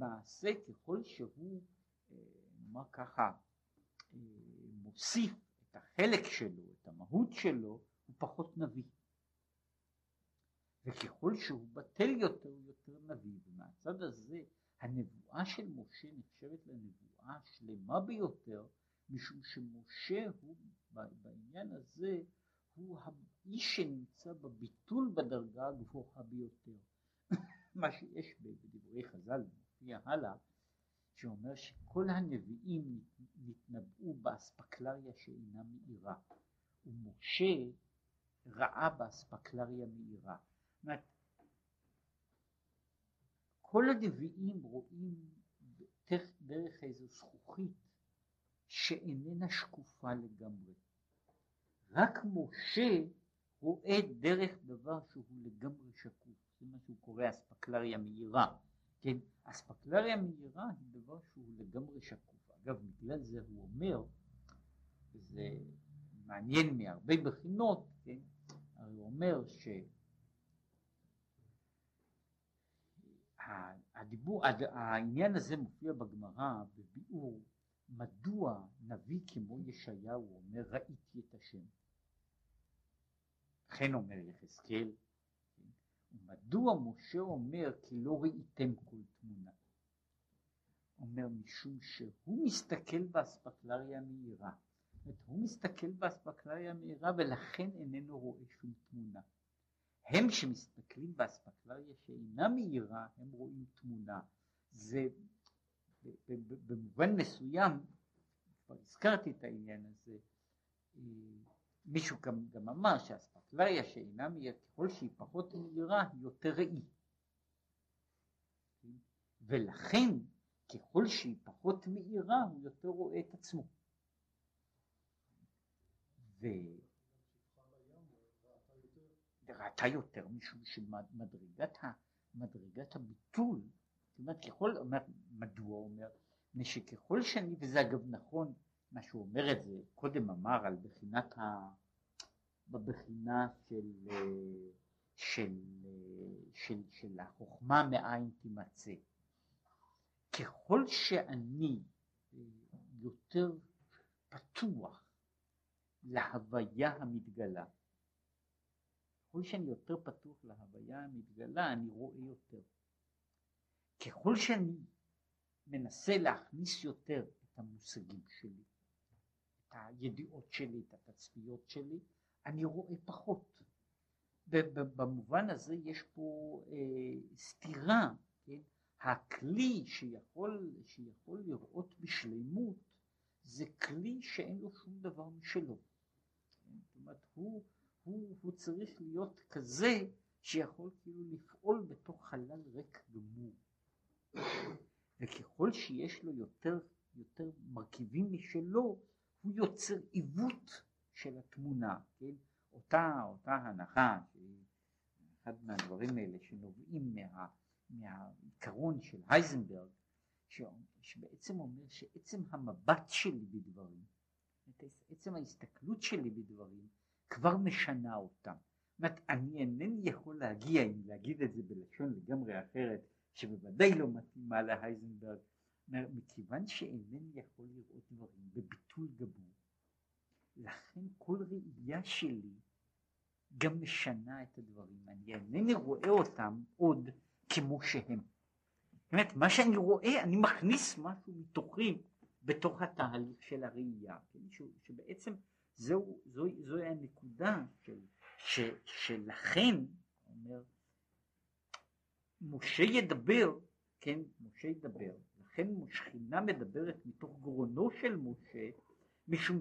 למעשה ככל שהוא נאמר ככה מוסיף את את החלק שלו, את המהות שלו, הוא פחות נביא. וככל שהוא בטל יותר, הוא יותר נביא. ומהצד הזה, הנבואה של משה נחשבת לנבואה שלמה ביותר, משום שמשה הוא, בעניין הזה, הוא האיש שנמצא בביטול בדרגה הגבוהה ביותר. מה שיש בדברי חז"ל, מופיע הלאה, שאומר שכל הנביאים נתנבאו באספקלריה שאינה מאירה, ומשה ראה באספקלריה מאירה. זאת אומרת, כל הנביאים רואים דרך איזו זכוכית שאיננה שקופה לגמרי. רק משה רואה דרך דבר שהוא לגמרי שקוף. זה מה שהוא קורא אספקלריה מאירה. כן, אספקלריה מהירה היא דבר שהוא לגמרי שקוף. אגב, בגלל זה הוא אומר, וזה מעניין מהרבה בחינות, כן, הרי הוא אומר העניין הזה מופיע בגמרא בביאור מדוע נביא כמו ישעיהו אומר ראיתי את השם. לכן אומר יחזקאל, ומדוע משה אומר כי לא ראיתם כל תמונה? אומר משום שהוא מסתכל באספקלריה המאירה. הוא מסתכל באספקלריה המאירה ולכן איננו רואה שום תמונה. הם שמסתכלים באספקלריה שאינה מאירה הם רואים תמונה. זה במובן מסוים, כבר הזכרתי את העניין הזה, מישהו גם אמר שהאספקלריה שאינה מאירה, ככל שהיא פחות מאירה היא יותר ראי. ולכן ככל שהיא פחות מאירה הוא יותר רואה את עצמו. וראתה יותר משום שמדרגת הביטול, זאת אומרת ככל, מדוע אומר, שככל שאני, וזה אגב נכון, מה שהוא אומר את זה, קודם אמר על בבחינה של החוכמה מאין תימצא. ככל שאני יותר פתוח להוויה המתגלה, ככל שאני יותר פתוח להוויה המתגלה, אני רואה יותר. ככל שאני מנסה להכניס יותר את המושגים שלי, את הידיעות שלי, את התצפיות שלי, אני רואה פחות. במובן הזה יש פה סתירה, כן? הכלי שיכול לראות בשלמות זה כלי שאין לו שום דבר משלו. זאת אומרת, הוא צריך להיות כזה שיכול כאילו לפעול בתוך חלל ריק גמור. וככל שיש לו יותר מרכיבים משלו, הוא יוצר עיוות של התמונה. כן? אותה הנחה, אחד מהדברים האלה שנובעים מהעיקרון של הייזנברג, שבעצם אומר שעצם המבט שלי בדברים, עצם ההסתכלות שלי בדברים, כבר משנה אותם. זאת אומרת, אני אינני יכול להגיד את זה בלשון לגמרי אחרת, שבוודאי לא מתאימה להייזנברג, מכיוון שאינני יכול לראות דברים בביטול גמור, לכן כל ראייה שלי גם משנה את הדברים. אני אינני רואה אותם עוד כמו שהם. זאת אומרת, מה שאני רואה, אני מכניס משהו מתוכי בתוך התהליך של הראייה, כן? שבעצם זוהי הנקודה שלכן, אומר, משה ידבר, כן, משה ידבר, לכן שכינה מדברת מתוך גרונו של משה, משום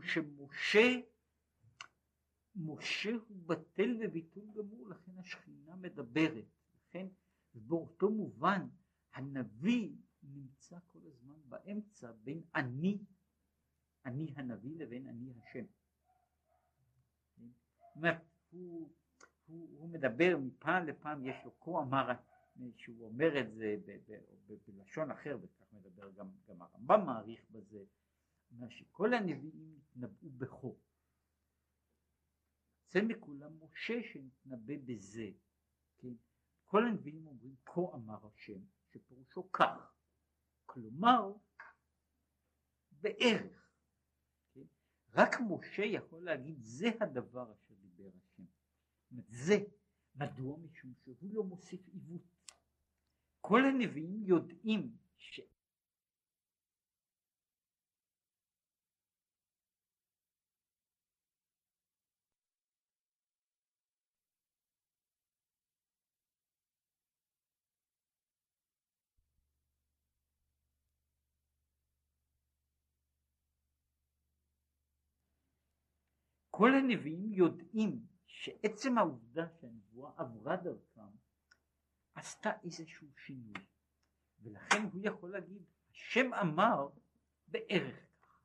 משה הוא בטל וביטול גמור, לכן השכינה מדברת. לכן באותו מובן הנביא נמצא כל הזמן באמצע בין אני הנביא לבין אני השם. זאת אומרת, הוא מדבר מפעם לפעם, יש לו כה אמר, שהוא אומר את זה בלשון אחר, וכך מדבר גם הרמב"ם מעריך בזה, אומר שכל הנביאים התנבאו בכו. זה מכולם משה שנתנבא בזה. כן? כל הנביאים אומרים כה אמר השם, שפירושו כך. כלומר, בערך. כן? רק משה יכול להגיד זה הדבר אשר דיבר השם. זה, מדוע? משום שהוא לא מוסיף עיוות. כל הנביאים יודעים כל הנביאים יודעים שעצם העובדה שהנבואה עברה דרכם עשתה איזשהו שינוי, ולכן הוא יכול להגיד השם אמר בערך כך.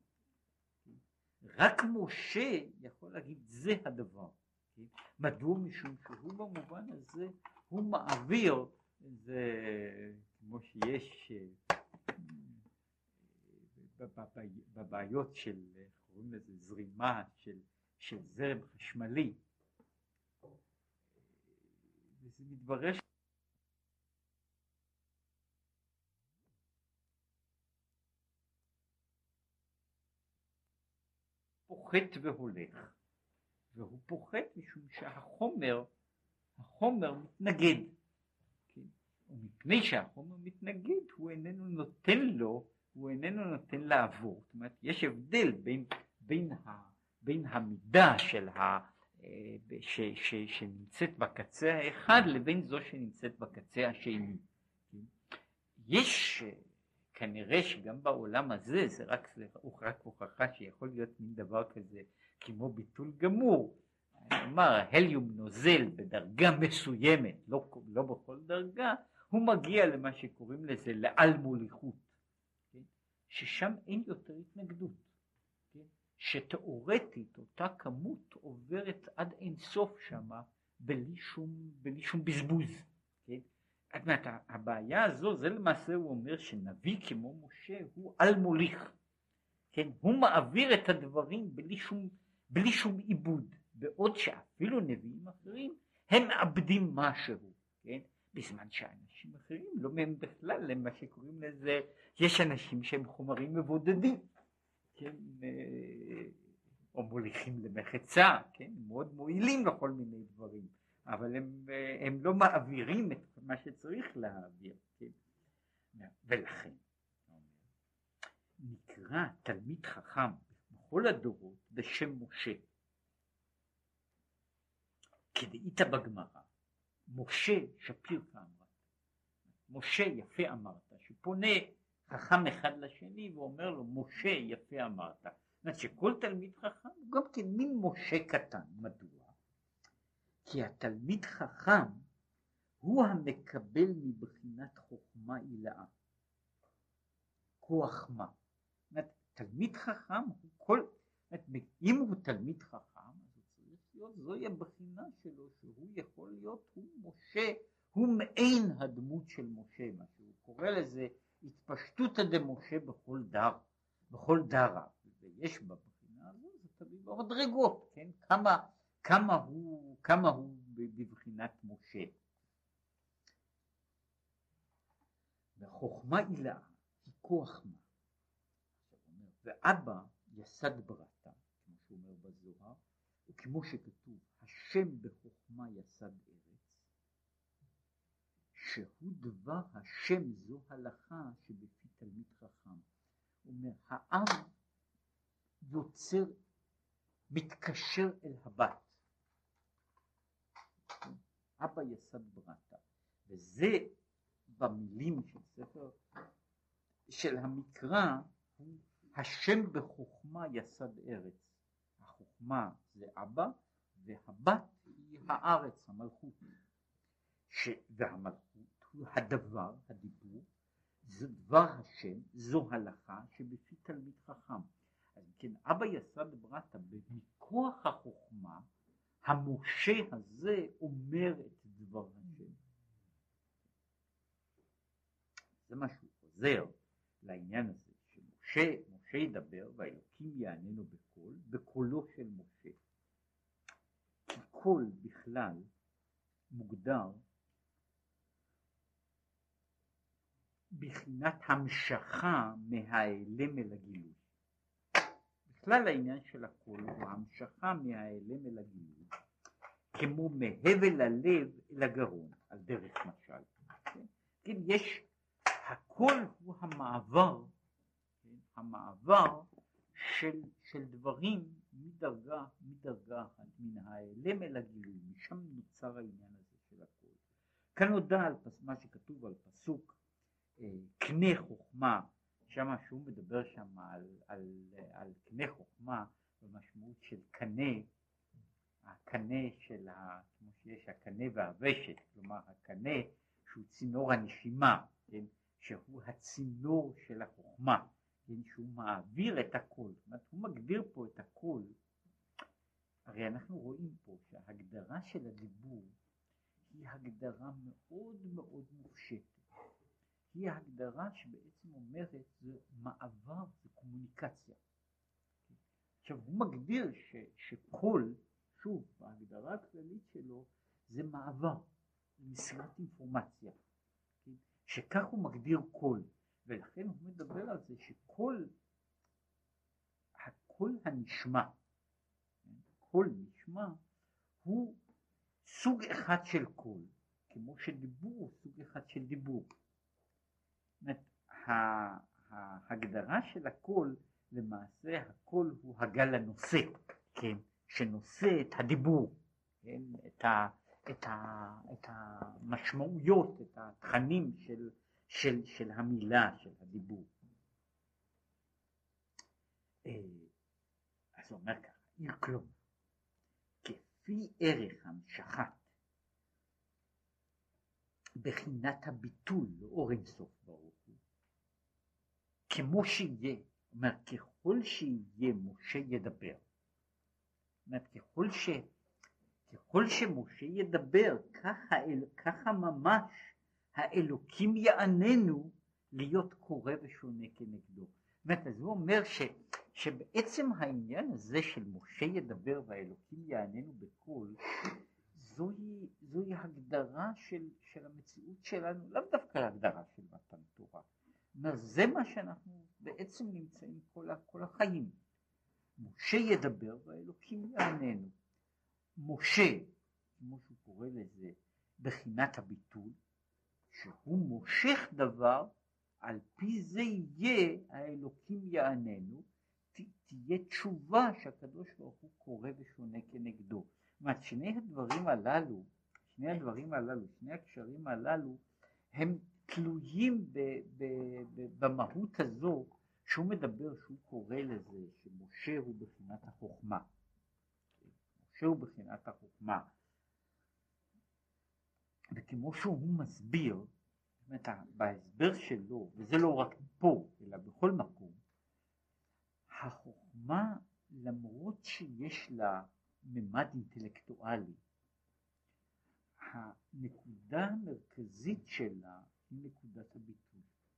רק משה יכול להגיד זה הדבר. מדוע? משום שהוא במובן הזה הוא מעביר, זה כמו שיש בבעיות של, קוראים לזה זרימה של זרם חשמלי, וזה מתברר פוחת והולך, והוא פוחת משום שהחומר מתנגד, כן? ומפני שהחומר מתנגד הוא איננו נותן לעבור. זאת אומרת, יש הבדל בין המידה שנמצאת בקצה האחד לבין זו שנמצאת בקצה השני. יש כנראה שגם בעולם הזה זה רק הוכחה שיכול להיות מין דבר כזה כמו ביטול גמור. כלומר, הליום נוזל בדרגה מסוימת, לא בכל דרגה, הוא מגיע למה שקוראים לזה לעל מוליכות, ששם אין יותר התנגדות, שתיאורטית אותה כמות עוברת עד אין סוף שמה בלי שום בזבוז. הבעיה הזו, זה למעשה הוא אומר שנביא כמו משה הוא על מוליך, הוא מעביר את הדברים בלי שום עיבוד, בעוד שאפילו נביאים אחרים הם מאבדים משהו, בזמן שאנשים אחרים לא מהם בכלל, למה שקוראים לזה, יש אנשים שהם חומרים מבודדים, או מוליכים למחצה, מאוד מועילים לכל מיני דברים, אבל הם לא מעבירים את מה שצריך להעביר, ולכן נקרא תלמיד חכם בכל הדורות בשם משה. כדאית בגמרא, משה שפיר כאמרת, משה יפה אמרת, שפונה חכם אחד לשני ואומר לו משה יפה אמרת. זאת אומרת שכל תלמיד חכם הוא גם כן מין משה קטן. מדוע? כי התלמיד חכם הוא המקבל מבחינת חוכמה עילאה, כוח מה. זאת אומרת, תלמיד חכם הוא אם הוא תלמיד חכם אז הוא צריך להיות, זוהי הבחינה שלו, שהוא יכול להיות, הוא משה, הוא מעין הדמות של משה, מה שהוא קורא לזה התפשטותא דמשה בכל דרה, ויש בבחינה הזו, זה תלוי במדרגות, כן? כמה הוא בבחינת משה. והחוכמה עילאה היא כוח מה. ואבא יסד ברתה, כמו שאומר בזוהר, וכמו שכתוב, השם בחוכמה יסד ארץ, שהוא דבר השם זו הלכה שבפי תלמיד חכם. הוא אומר, האב יוצר, מתקשר אל הבת. אבא יסד ברתה. וזה במילים של ספר, של המקרא, הוא השם בחוכמה יסד ארץ. החוכמה זה אבא, והבת היא הארץ, המלכות. והמלכות הוא הדבר, הדיבור, זה דבר השם, זו הלכה שבפי תלמיד חכם. אז כן, אבא יסד ברתה, מכוח החוכמה, המשה הזה אומר את דבר השם. זה מה שהוא חוזר לעניין הזה, שמשה ידבר והאלוקים יעננו בקולו של משה. כי קול בכלל מוגדר בחינת המשכה מהאלם אל הגילוי. כלל העניין של הקול הוא המשכה מההיעלם אל הגילוי, כמו מהבל הלב אל הגרון, על דרך משל. כן, יש, הקול הוא המעבר, כן, המעבר של דברים מדרגה אחת, מן ההיעלם אל הגילוי, משם נוצר העניין הזה של הקול. כאן נודע על מה שכתוב על פסוק קנה חוכמה, שם שהוא מדבר שם על קנה חוכמה במשמעות של קנה, הקנה של כמו שיש הקנה והוושט, כלומר הקנה שהוא צינור הנשימה, כן, שהוא הצינור של החוכמה, כן, שהוא מעביר את הכל. זאת אומרת, הוא מגדיר פה את הכל. הרי אנחנו רואים פה שההגדרה של הדיבור היא הגדרה מאוד מאוד מופשטת. היא ההגדרה שבעצם אומרת זה מעבר, זה קומוניקציה. עכשיו הוא מגדיר שקול, שוב, בהגדרה הכללית שלו, זה מעבר, זה מסירת אינפורמציה. שכך הוא מגדיר קול, ולכן הוא מדבר על זה שקול, הקול הנשמע, קול נשמע, הוא סוג אחד של קול, כמו שדיבור הוא סוג אחד של דיבור. ההגדרה של הקול, למעשה הקול הוא הגל הנושא, כן, שנושא את הדיבור, כן, את המשמעויות, את התכנים של המילה, של הדיבור. אז הוא אומר ככה, כלומר, כפי ערך המשכת בחינת הביטול לאור אינסוף ברוך הוא, כמו שיהיה, אומר, ככל שיהיה משה ידבר, אומר, ככל שמשה ידבר, ככה ממש האלוקים יעננו להיות קורא ושונה כנגדו. זאת אומרת, אז הוא אומר שבעצם העניין הזה של משה ידבר והאלוקים יעננו בקול, זוהי הגדרה של המציאות שלנו, לאו דווקא הגדרה של מתן תורה. זאת אומרת, זה מה שאנחנו בעצם נמצאים כל החיים. משה ידבר והאלוקים יעננו. משה, כמו שהוא קורא לזה, בחינת הביטול, שהוא מושך דבר, על פי זה יהיה האלוקים יעננו, תהיה תשובה שהקדוש ברוך הוא קורא ושונה כנגדו. זאת אומרת, שני הקשרים הללו, הם תלויים במהות הזו, שהוא מדבר, שהוא קורא לזה, שמשה הוא בחינת החוכמה. משה הוא בחינת החוכמה. וכמו שהוא מסביר, זאת אומרת, בהסבר שלו, וזה לא רק פה, אלא בכל מקום, החוכמה, למרות שיש לה ממד אינטלקטואלי, הנקודה המרכזית שלה היא נקודת הביטוי.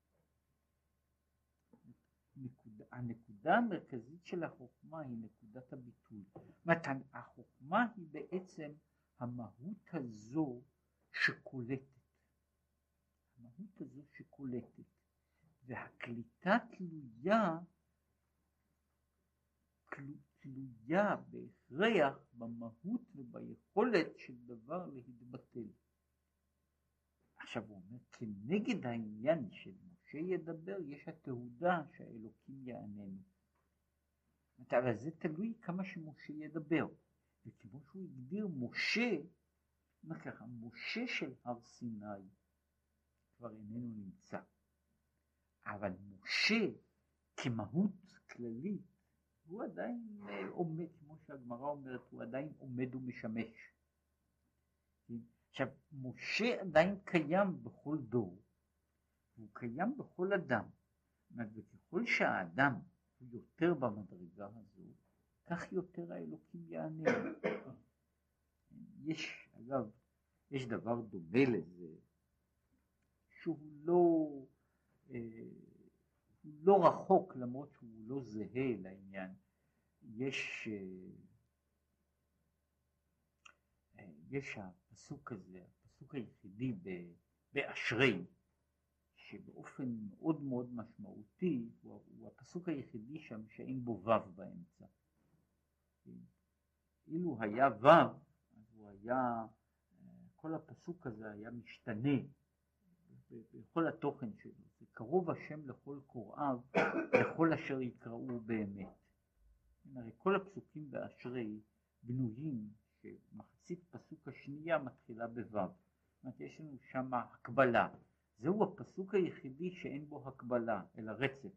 הנקודה המרכזית של החוכמה היא נקודת הביטוי. זאת אומרת, החוכמה היא בעצם המהות הזו שקולטת. המהות הזו שקולטת. והקליטה תלויה בהכרח במהות וביכולת של דבר להתבטל. עכשיו הוא אומר, כנגד העניין של משה ידבר, יש התהודה שהאלוקים יעננו. אבל זה תלוי כמה שמשה ידבר. וכמו שהוא הגדיר משה, מה ככה, משה של הר סיני כבר איננו נמצא. אבל משה כמהות כללית, הוא עדיין עומד, כמו שהגמרא אומרת, הוא עדיין עומד ומשמש. עכשיו, משה עדיין קיים בכל דור, הוא קיים בכל אדם. וככל שהאדם הוא יותר במדרגה הזו, כך יותר האלוקים יענה. אגב, יש דבר דומה לזה, שהוא לא רחוק, למרות שהוא לא זהה לעניין. יש הפסוק הזה, הפסוק היחידי באשרי, שבאופן מאוד מאוד משמעותי הוא הפסוק היחידי שם שאין בו ו' באמצע. אילו היה ו' אז הוא היה, כל הפסוק הזה היה משתנה בכל התוכן שלו. זה קרוב השם לכל קוראיו, לכל אשר יקראו באמת. הרי כל הפסוקים באשרי בנויים שמחצית פסוק השנייה מתחילה בו'. זאת אומרת, יש לנו שם הקבלה. זהו הפסוק היחידי שאין בו הקבלה, אלא רצף.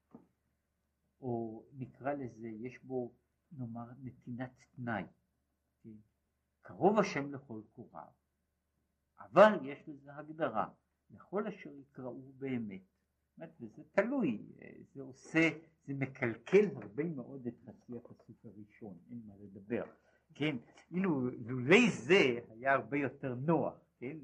או נקרא לזה, יש בו, נאמר, נתינת תנאי. קרוב השם לכל קוראיו. אבל יש לזה הגדרה, לכל אשר יקראו באמת. וזה תלוי, זה עושה, זה מקלקל הרבה מאוד את חצי הפסוק הראשון, אין מה לדבר. כן, אילולי זה היה הרבה יותר נוח, כן?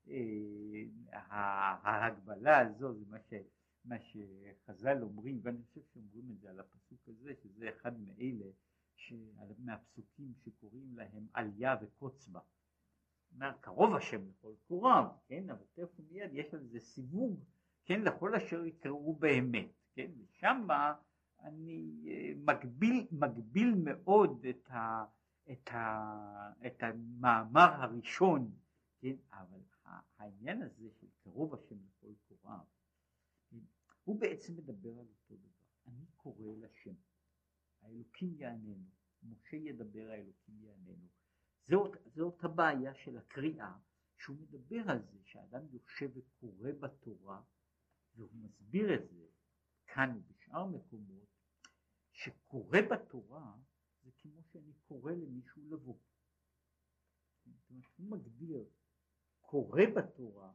ההגבלה הזו זה מה שחז"ל אומרים, ואני חושב שאומרים את זה על הפסוק הזה, שזה אחד מאלה, מהפסוקים שקוראים להם עליה וקוץ בה. אומר, קרוב השם לכל קוראיו, כן, אבל תכף מיד יש על זה סיווג, כן, לכל אשר יקראו באמת, כן, ושם אני מגביל מאוד את המאמר הראשון, כן, אבל העניין הזה של קרוב השם לכל קוראיו, הוא בעצם מדבר על אותו דבר. אני קורא לשם, האלוקים יעננו, משה ידבר, האלוקים יעננו. זאת הבעיה של הקריאה, שהוא מדבר על זה שהאדם יושב וקורא בתורה, והוא מסביר את זה כאן ובשאר מקומות, שקורא בתורה זה כמו שאני קורא למישהו לבוא. זאת אומרת, הוא מגדיר קורא בתורה,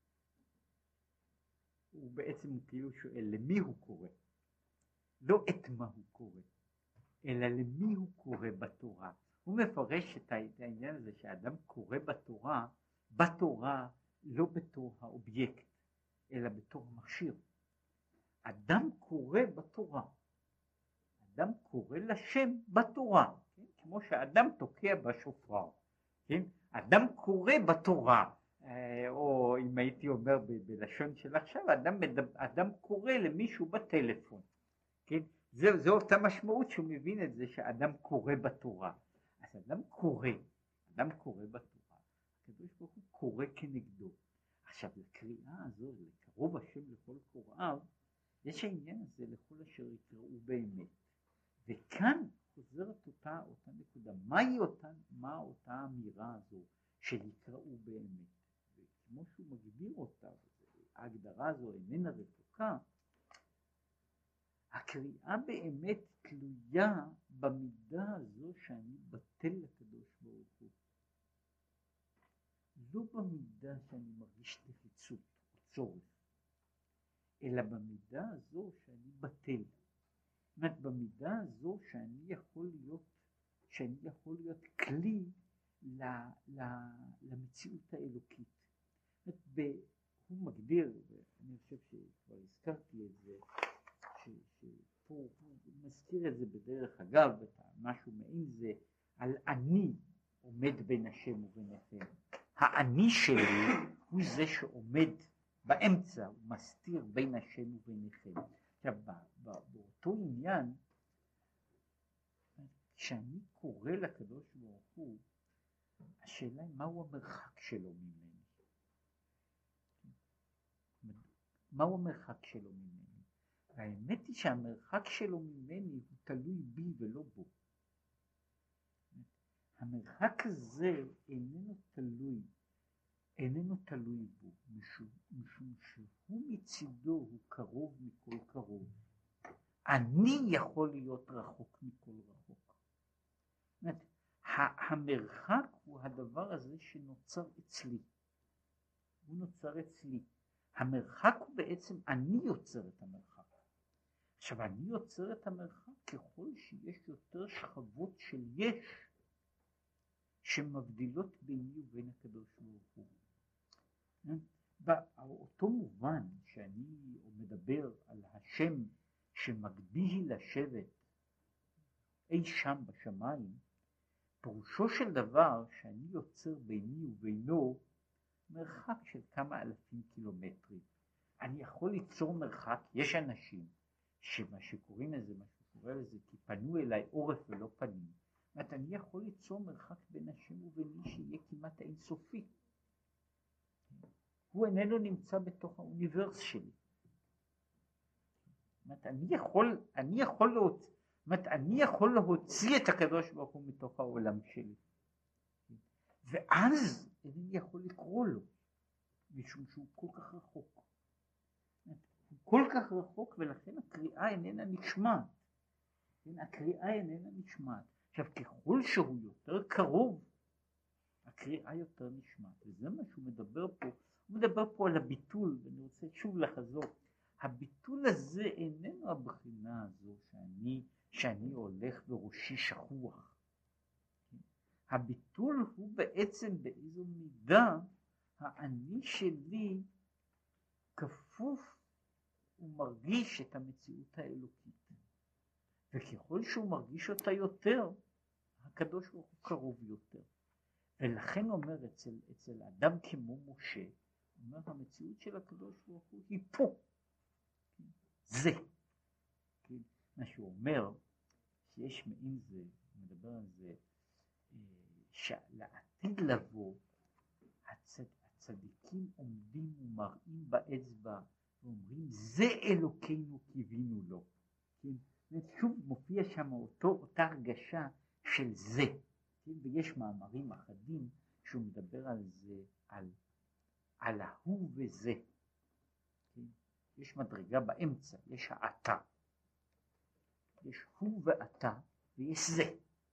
הוא בעצם כאילו שואל למי הוא קורא, לא את מה הוא קורא, אלא למי הוא קורא בתורה. הוא מפרש את העניין הזה שהאדם קורא בתורה לא בתור האובייקט, אלא בתור מכשיר. אדם קורא בתורה, אדם קורא לשם בתורה, כן? כמו שאדם תוקע בשופר, כן? אדם קורא בתורה, או אם הייתי אומר בלשון של עכשיו, אדם קורא למישהו בטלפון, כן? זו אותה משמעות שהוא מבין את זה שאדם קורא בתורה. אז אדם קורא בתורה, הקדוש ברוך הוא קורא כנגדו. עכשיו לקריאה הזו, לקרוב השם לכל קוראיו, יש העניין הזה לכל אשר יקראו באמת. וכאן חוזרת אותה נקודה. מה אותה אמירה הזו של יקראו באמת? וכמו שהוא מגדיר אותה, ההגדרה הזו איננה רחוקה, הקריאה באמת תלויה במידה הזו שאני בטל לקדוש ברוך הוא. לא במידה שאני מרגיש נחיצות או צורך, אלא במידה הזו שאני בטל. זאת אומרת, במידה הזו שאני יכול להיות כלי למציאות האלוקית. זאת אומרת, הוא מגדיר, ואני חושב שכבר הזכרתי את זה, הוא מזכיר את זה בדרך אגב, משהו מעין זה, על אני עומד בין השם וביניכם. האני שלי הוא זה שעומד באמצע, הוא מסתיר בין השם וביניכם. עכשיו, באותו עניין, כשאני קורא לקדוש ברוך הוא, השאלה היא מהו המרחק שלו ממני. מהו המרחק שלו ממני? והאמת היא שהמרחק שלו ממני הוא תלוי בי ולא בו. המרחק הזה איננו תלוי בו, משום שהוא מצידו הוא קרוב מכל קרוב. אני יכול להיות רחוק מכל רחוק. המרחק הוא הדבר הזה שנוצר אצלי. הוא נוצר אצלי. המרחק הוא בעצם, אני יוצר את המרחק. עכשיו, אני יוצר את המרחק ככל שיש יותר שכבות של יש שמבדילות ביני ובין הקדוש ברוך הוא. באותו מובן שאני מדבר על השם שמגביה לשבת אי שם בשמיים, פירושו של דבר שאני יוצר ביני ובינו מרחק של כמה אלפים קילומטרים. אני יכול ליצור מרחק. יש אנשים שמה שקוראים לזה, מה שקורא לזה, כי פנו אליי עורף ולא פנים. זאת אומרת, אני יכול ליצור מרחק בין השם וביני שיהיה כמעט אינסופי. הוא איננו נמצא בתוך האוניברס שלי. זאת אומרת, אני יכול להוציא את הקדוש ברוך הוא מתוך העולם שלי. ואז אני יכול לקרוא לו, משום שהוא כל כך רחוק. הוא כל כך רחוק, ולכן הקריאה איננה נשמעת. הקריאה איננה נשמעת. עכשיו, ככל שהוא יותר קרוב, הקריאה יותר נשמעת. וזה מה שהוא מדבר פה. הוא מדבר פה על הביטול, ואני רוצה שוב לחזור. הביטול הזה איננו הבחינה הזו שאני הולך וראשי שכוח. הביטול הוא בעצם באיזו מידה האני שלי כפוף ומרגיש את המציאות האלוקית. וככל שהוא מרגיש אותה יותר, הקדוש ברוך הוא קרוב יותר. ולכן אומר אצל אדם כמו משה, אומר המציאות של הקדוש ברוך הוא היא פה. זה. מה שהוא אומר, שיש מעין זה, הוא מדבר על זה, שלעתיד לבוא, הצדיקים עומדים ומראים באצבע, ואומרים, זה אלוקינו קיווינו לו. שוב מופיע שם אותה הרגשה של זה. ויש מאמרים אחדים שהוא מדבר על זה, על ההוא וזה. יש מדרגה באמצע, יש האתה. יש הוא ואתה, ויש זה.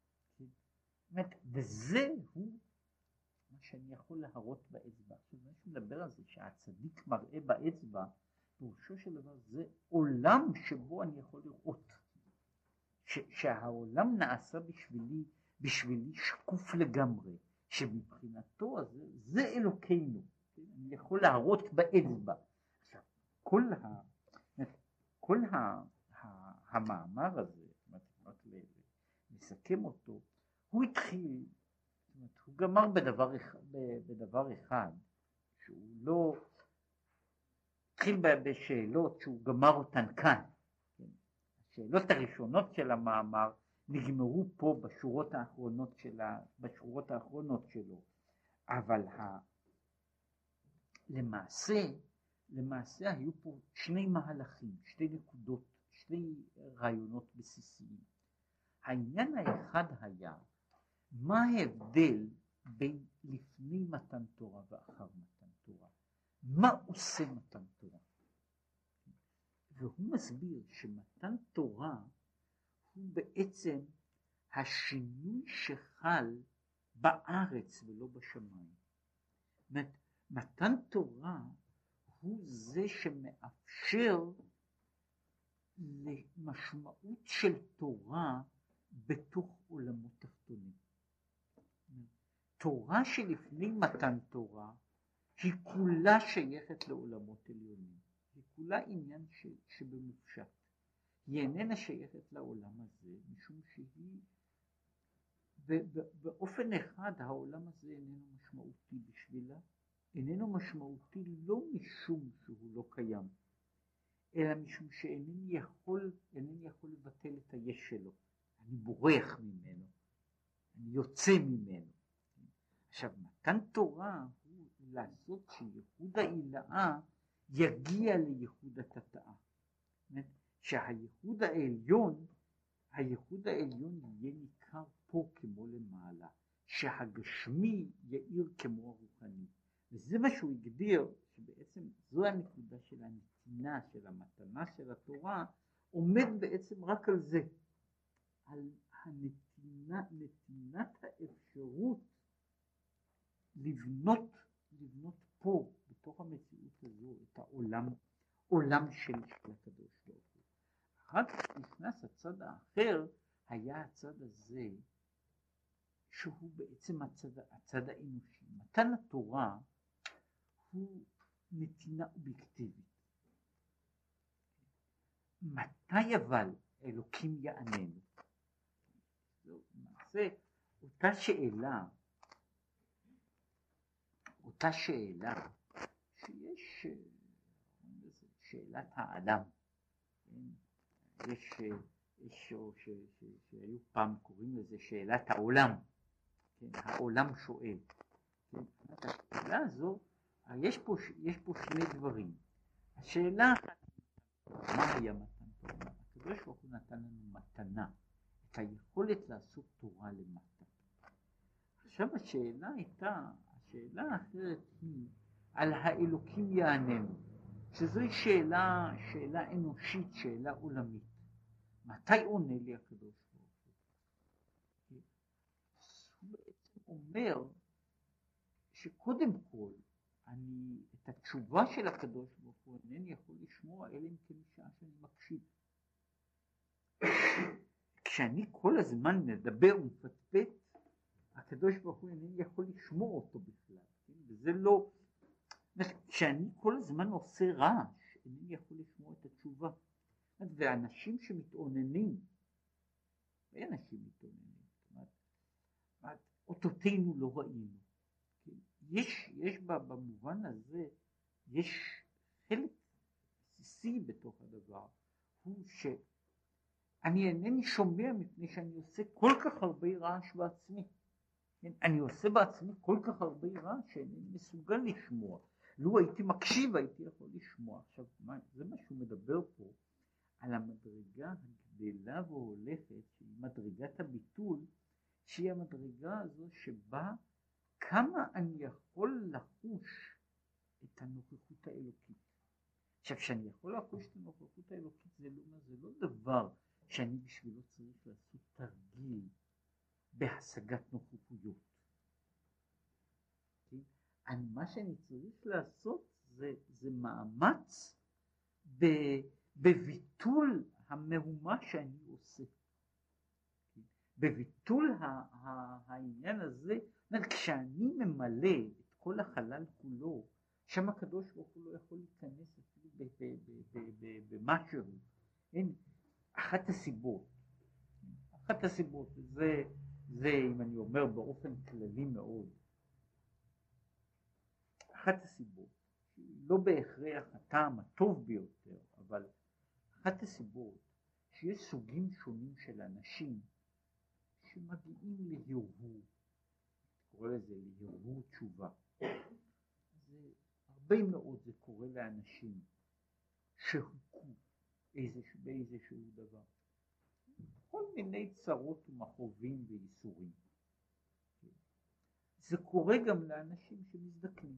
וזה הוא מה שאני יכול להראות באצבע. עכשיו, מה שמדבר על זה, שהצדיק מראה באצבע, פירושו של דבר, זה עולם שבו אני יכול לראות. שהעולם נעשה בשבילי שקוף לגמרי, שמבחינתו זה אלוקינו. אני יכול להראות באצבע. עכשיו, כל המאמר הזה, נסכם אותו, הוא התחיל, הוא גמר בדבר אחד, שהוא לא, התחיל בשאלות שהוא גמר אותן כאן. השאלות הראשונות של המאמר נגמרו פה בשורות האחרונות שלו, אבל למעשה היו פה שני מהלכים, שתי נקודות, שני רעיונות בסיסיים. העניין האחד היה, מה ההבדל בין לפני מתן תורה ואחר מתן תורה? מה עושה מתן תורה? והוא מסביר שמתן תורה הוא בעצם השינוי שחל בארץ ולא בשמיים. מתן תורה הוא זה שמאפשר למשמעות של תורה בתוך עולמות תחתונים. תורה שלפני מתן תורה היא כולה שייכת לעולמות עליונים. היא כולה עניין שבמופשט. היא איננה שייכת לעולם הזה, משום שהיא, באופן אחד העולם הזה איננו משמעותי בשבילה, איננו משמעותי לא משום שהוא לא קיים, אלא משום שאינני יכול לבטל את היש שלו. אני בורח ממנו, אני יוצא ממנו. עכשיו, מתן תורה הוא לעשות שייחוד העילאה יגיע לייחוד התתאה. שהייחוד העליון יהיה ניכר פה כמו למעלה, שהגשמי יאיר כמו הרוחני. וזה מה שהוא הגדיר, שבעצם זו הנקודה של הנתינה, של המתנה של התורה, עומד בעצם רק על זה, על נתינת האפשרות לבנות פה, בתוך המציאות הזו, את עולם של הקדוש ברוך הוא. אחר כך נכנס הצד האחר, היה הצד הזה, שהוא בעצם הצד האנושי. מתן התורה הוא נתינה אובייקטיבית. מתי אבל אלוקים יעננו? למעשה, אותה שאלה שיש שאלת האדם. יש שהיו פעם קוראים לזה שאלת העולם. כן, העולם שואל. כן, השאלה הזו, יש פה שני דברים. השאלה, מה היה מתן תורה? הקדוש ברוך הוא נתן לנו מתנה, את היכולת לעשות תורה למטה. עכשיו השאלה האחרת היא, על האלוקים יעננו, שזוהי שאלה אנושית, שאלה עולמית. מתי עונה לי הקדוש ברוך הוא? הוא בעצם אומר שקודם כל, את התשובה של הקדוש ברוך הוא אינני יכול לשמוע אלא אם כן שעה שאני מקשיב. כשאני כל הזמן מדבר ומפטפט, הקדוש ברוך הוא אינני יכול לשמוע אותו בכלל. וזה לא, כשאני כל הזמן עושה רעש, אינני יכול לשמוע את התשובה. ואנשים שמתאוננים, ואנשים מתאוננים, אותותינו לא ראינו. יש במובן הזה, יש חלק בסיסי בתוך הדבר, הוא שאני אינני שומע מפני שאני עושה כל כך הרבה רעש בעצמי. אני עושה בעצמי כל כך הרבה רעש שאינני מסוגל לשמוע. לו הייתי מקשיב הייתי יכול לשמוע. עכשיו, זה מה שהוא מדבר פה, על המדרגה הגדלה והולכת, שהיא מדרגת הביטול, שהיא המדרגה הזו שבה כמה אני יכול לחוש את הנוכחות האלוקית. עכשיו, שאני יכול לחוש את הנוכחות האלוקית, זה לא דבר שאני בשבילו צריך לעשות תרגיל בהשגת נוכחויות. מה שאני צריך לעשות זה מאמץ בביטול המהומה שאני עושה. בביטול העניין הזה, כשאני ממלא את כל החלל כולו, שם הקדוש ברוך הוא לא יכול להיכנס אפילו במשהו. אחת הסיבות, זה אם אני אומר באופן כללי מאוד, אחת הסיבות, לא בהכרח הטעם הטוב ביותר, אבל אחת הסיבות שיש סוגים שונים של אנשים שמגיעים להרהור, קורא לזה להרהור תשובה. זה הרבה מאוד זה קורה לאנשים שהוכו באיזשהו דבר. כל מיני צרות ומכאובים וייסורים. זה קורה גם לאנשים שמזדקנים.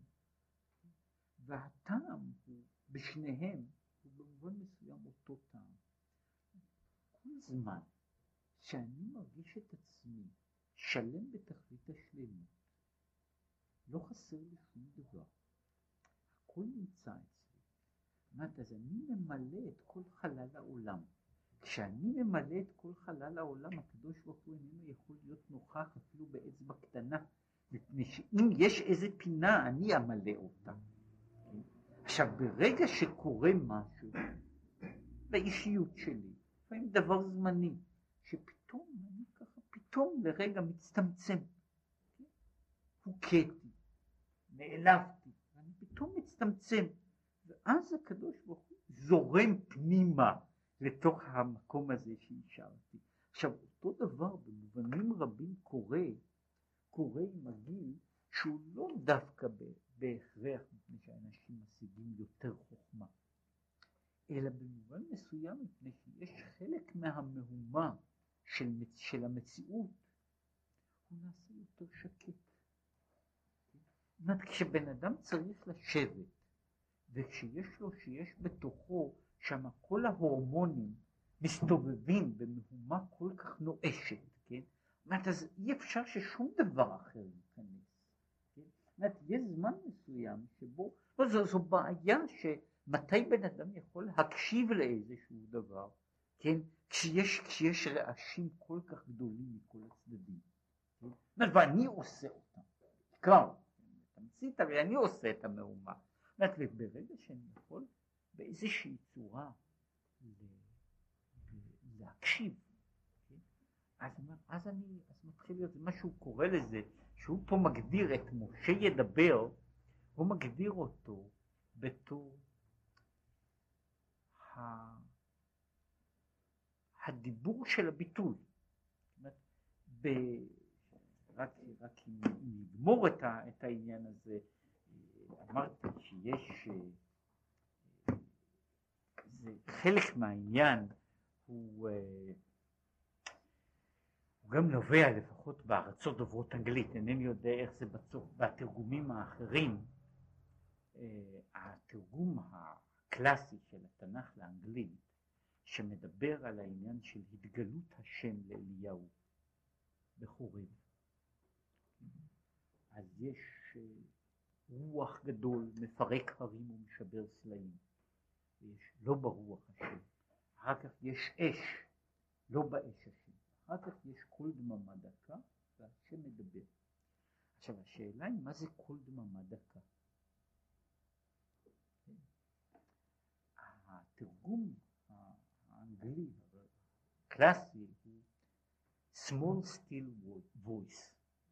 והטעם הוא בשניהם, הוא במובן מסוים אותו טעם. כל זמן שאני מרגיש את עצמי שלם בתכלית השלמות, לא חסר לי שום דבר. הכל נמצא אצלי. אז אני ממלא את כל חלל העולם. כשאני ממלא את כל חלל העולם, הקדוש ברוך הוא איננו יכול להיות נוכח אפילו באצבע קטנה. מפני שאם יש איזה פינה, אני אמלא אותה. עכשיו, ברגע שקורה משהו באישיות שלי, לפעמים דבר זמני, שפתאום אני ככה, פתאום לרגע מצטמצם. הוכיתי, נעלבתי, ואני פתאום מצטמצם. ואז הקדוש ברוך הוא זורם פנימה לתוך המקום הזה שהשארתי. עכשיו, אותו דבר במובנים רבים קורה עם הגיל, שהוא לא דווקא בהכרח מפני שאנשים משיגים יותר חוכמה, אלא במובן מסוים מפני שיש חלק מהמהומה של המציאות, הוא נעשה יותר שקט. כשבן אדם צריך לשבת, וכשיש בתוכו שם כל ההורמונים מסתובבים במהומה כל כך נואשת, כן? אז אי אפשר ששום דבר אחר ייכנס. יש זמן מסוים שבו, זו בעיה שמתי בן אדם יכול להקשיב לאיזשהו דבר, כן? כשיש רעשים כל כך גדולים מכל הצדדים. כן? ואני עושה אותם, קרב, תמצית, אבל אני עושה את המהומה. וברגע שאני יכול באיזושהי צורה להקשיב, אז מתחיל להיות, מה שהוא קורא לזה, שהוא פה מגדיר את משה ידבר, הוא מגדיר אותו בתור הדיבור של הביטול. רק אם נגמור את העניין הזה, אמרתי שיש חלק מהעניין הוא גם נובע לפחות בארצות דוברות אנגלית, אינני יודע איך זה בתרגומים האחרים. התרגום הקלאסי של התנ"ך לאנגלית שמדבר על העניין של התגלות השם לאליהו בחורב, אז יש רוח גדול מפרק הרים ומשבר סלעים, ויש לא ברוח השם. אחר כך יש אש, לא באש השם. אחר כך יש קול דממה דקה והשם מדבר. עכשיו השאלה היא מה זה קול דממה דקה. התרגום האנגלי הקלאסי הוא small still voice.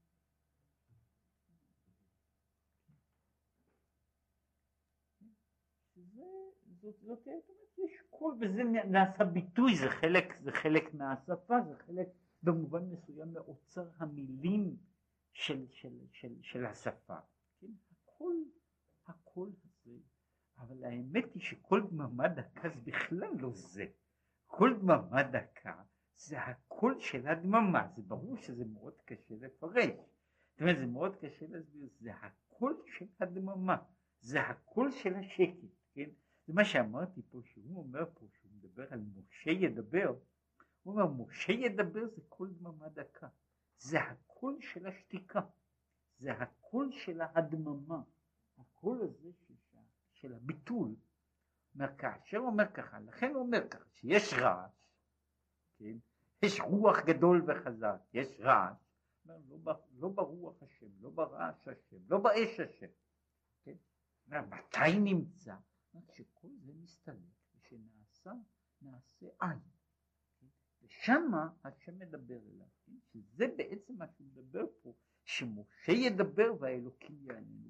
זאת יש קול וזה נעשה ביטוי, זה חלק מהשפה, זה חלק במובן מסוים מאוצר המילים של השפה. כן? הקול הזה, אבל האמת היא שכל דממה דקה זה בכלל לא זה. כל דממה דקה זה הקול של הדממה. זה ברור שזה מאוד קשה לפרש. זאת אומרת, זה מאוד קשה להסביר. זה הקול של הדממה. זה הקול של השקט. כן? זה מה שאמרתי פה, שהוא אומר פה, שהוא מדבר על משה ידבר. הוא אומר, משה ידבר זה קול דממה דקה. זה הקול של השתיקה. זה הקול של ההדממה. הקול הזה של הביטול. כאשר הוא אומר ככה, לכן הוא אומר ככה, שיש רעש, כן? יש רוח גדול וחזק, יש רעש, לא ברוח השם, לא ברעש השם, לא באש השם. כן? מתי נמצא? שכל זה מסתלק, ושנעשה עין. כן? ושמה השם מדבר אליו, כן? שזה בעצם מה שהוא מדבר פה, שמשה ידבר והאלוקים יענן.